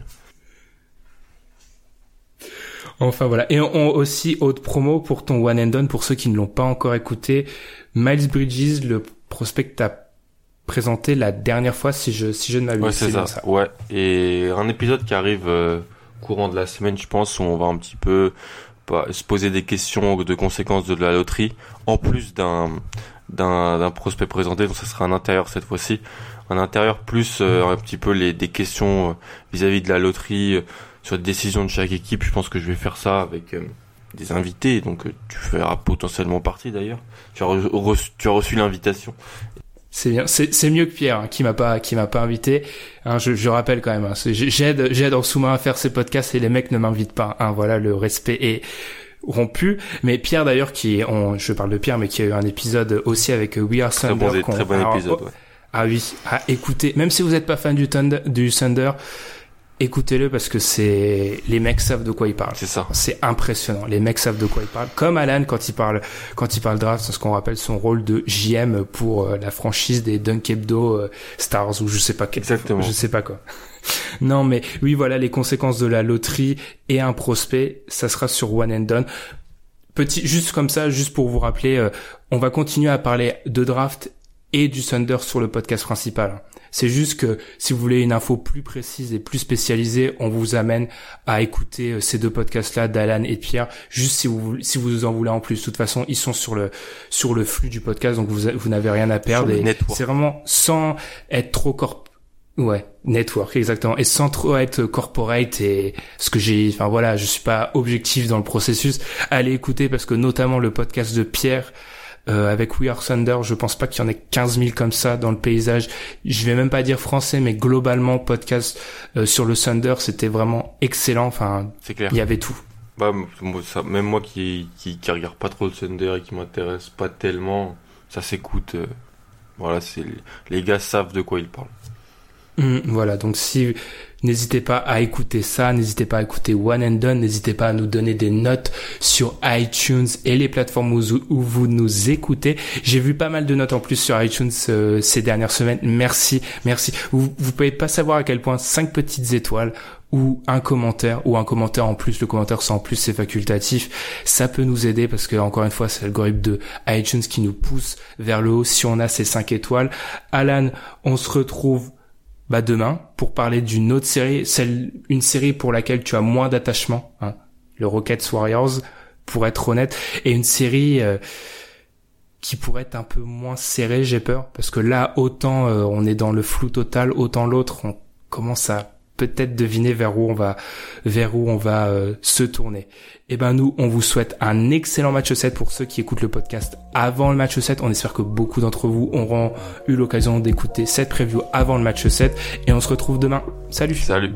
Enfin voilà. Et on aussi autre promo pour ton one and done pour ceux qui ne l'ont pas encore écouté. Miles Bridges, le prospect que t'as présenté la dernière fois, si je si je ne m'abuse. Ouais, c'est, c'est ça. ça. Ouais. Et un épisode qui arrive euh, courant de la semaine, je pense, où on va un petit peu bah, se poser des questions de conséquences de la loterie, en plus d'un d'un d'un prospect présenté. Donc ça sera un intérieur cette fois-ci. Un intérieur plus euh, un petit peu les des questions euh, vis-à-vis de la loterie. Euh, sur les décisions de chaque équipe. Je pense que je vais faire ça avec euh, des invités, donc euh, tu feras potentiellement partie d'ailleurs. Tu as reçu, tu as reçu l'invitation. C'est bien, c'est c'est mieux que Pierre hein, qui m'a pas qui m'a pas invité. Hein, je je rappelle quand même. Hein, c'est, j'aide j'aide en sous-main à faire ces podcasts et les mecs ne m'invitent pas. Hein, voilà, le respect est rompu. Mais Pierre d'ailleurs qui on je parle de Pierre mais qui a eu un épisode aussi avec We Are Thunder. Très bon, très bon alors, épisode. Ouais. Ah oui, à écouter. Même si vous êtes pas fan du Thunder, du Thunder. Écoutez-le parce que c'est les mecs savent de quoi ils parlent. C'est ça. C'est impressionnant. Les mecs savent de quoi ils parlent. Comme Alan quand il parle quand il parle draft, c'est ce qu'on rappelle son rôle de J M pour euh, la franchise des Dunk Hebdo euh, Stars ou je sais pas quel. Exactement. Je sais pas quoi. Non mais oui voilà les conséquences de la loterie et un prospect, ça sera sur One and Done. Petit juste comme ça, juste pour vous rappeler, euh, on va continuer à parler de draft et du Thunder sur le podcast principal. C'est juste que si vous voulez une info plus précise et plus spécialisée, on vous amène à écouter ces deux podcasts-là d'Alan et de Pierre, juste si vous si vous en voulez en plus. De toute façon, ils sont sur le sur le flux du podcast, donc vous vous n'avez rien à perdre. Et c'est vraiment sans être trop corp ouais network exactement et sans trop être corporate et ce que j'ai enfin voilà je suis pas objectif dans le processus. Allez écouter parce que notamment le podcast de Pierre. Euh, avec We Are Thunder, je pense pas qu'il y en ait quinze mille comme ça dans le paysage. Je vais même pas dire français, mais globalement, podcast euh, sur le Thunder, c'était vraiment excellent. Enfin, c'est clair. Il y avait tout. Bah, moi, ça, même moi qui, qui, qui regarde pas trop le Thunder et qui m'intéresse pas tellement, ça s'écoute. Euh, voilà, c'est, les gars savent de quoi ils parlent. Mmh, voilà, donc si n'hésitez pas à écouter ça, n'hésitez pas à écouter One and Done, n'hésitez pas à nous donner des notes sur iTunes et les plateformes où, où vous nous écoutez. J'ai vu pas mal de notes en plus sur iTunes euh, ces dernières semaines. Merci, merci. Vous vous pouvez pas savoir à quel point cinq petites étoiles ou un commentaire ou un commentaire en plus, le commentaire sans plus c'est facultatif, ça peut nous aider parce que encore une fois c'est l'algorithme de iTunes qui nous pousse vers le haut si on a ces cinq étoiles. Alan, on se retrouve bah demain pour parler d'une autre série, celle une série pour laquelle tu as moins d'attachement, hein, le Rockets Warriors pour être honnête, et une série euh, qui pourrait être un peu moins serrée, j'ai peur, parce que là autant euh, on est dans le flou total, autant l'autre on commence à peut-être deviner vers où on va vers où on va euh, se tourner. Et ben nous, on vous souhaite un excellent match sept pour ceux qui écoutent le podcast avant le match sept. On espère que beaucoup d'entre vous auront eu l'occasion d'écouter cette preview avant le match sept et on se retrouve demain. Salut. Salut.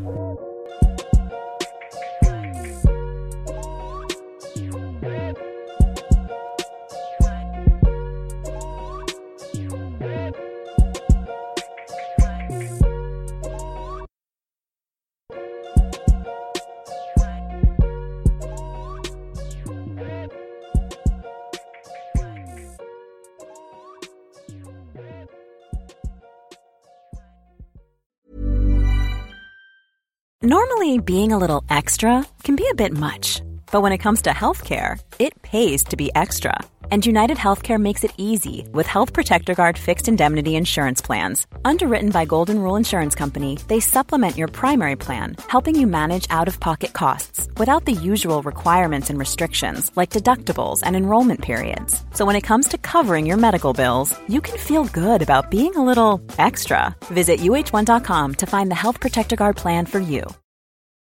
Normally, being a little extra can be a bit much, but when it comes to healthcare, it pays to be extra. And United Healthcare makes it easy with Health Protector Guard fixed indemnity insurance plans. Underwritten by Golden Rule Insurance Company, they supplement your primary plan, helping you manage out-of-pocket costs without the usual requirements and restrictions like deductibles and enrollment periods. So when it comes to covering your medical bills, you can feel good about being a little extra. Visit U H one dot com to find the Health Protector Guard plan for you.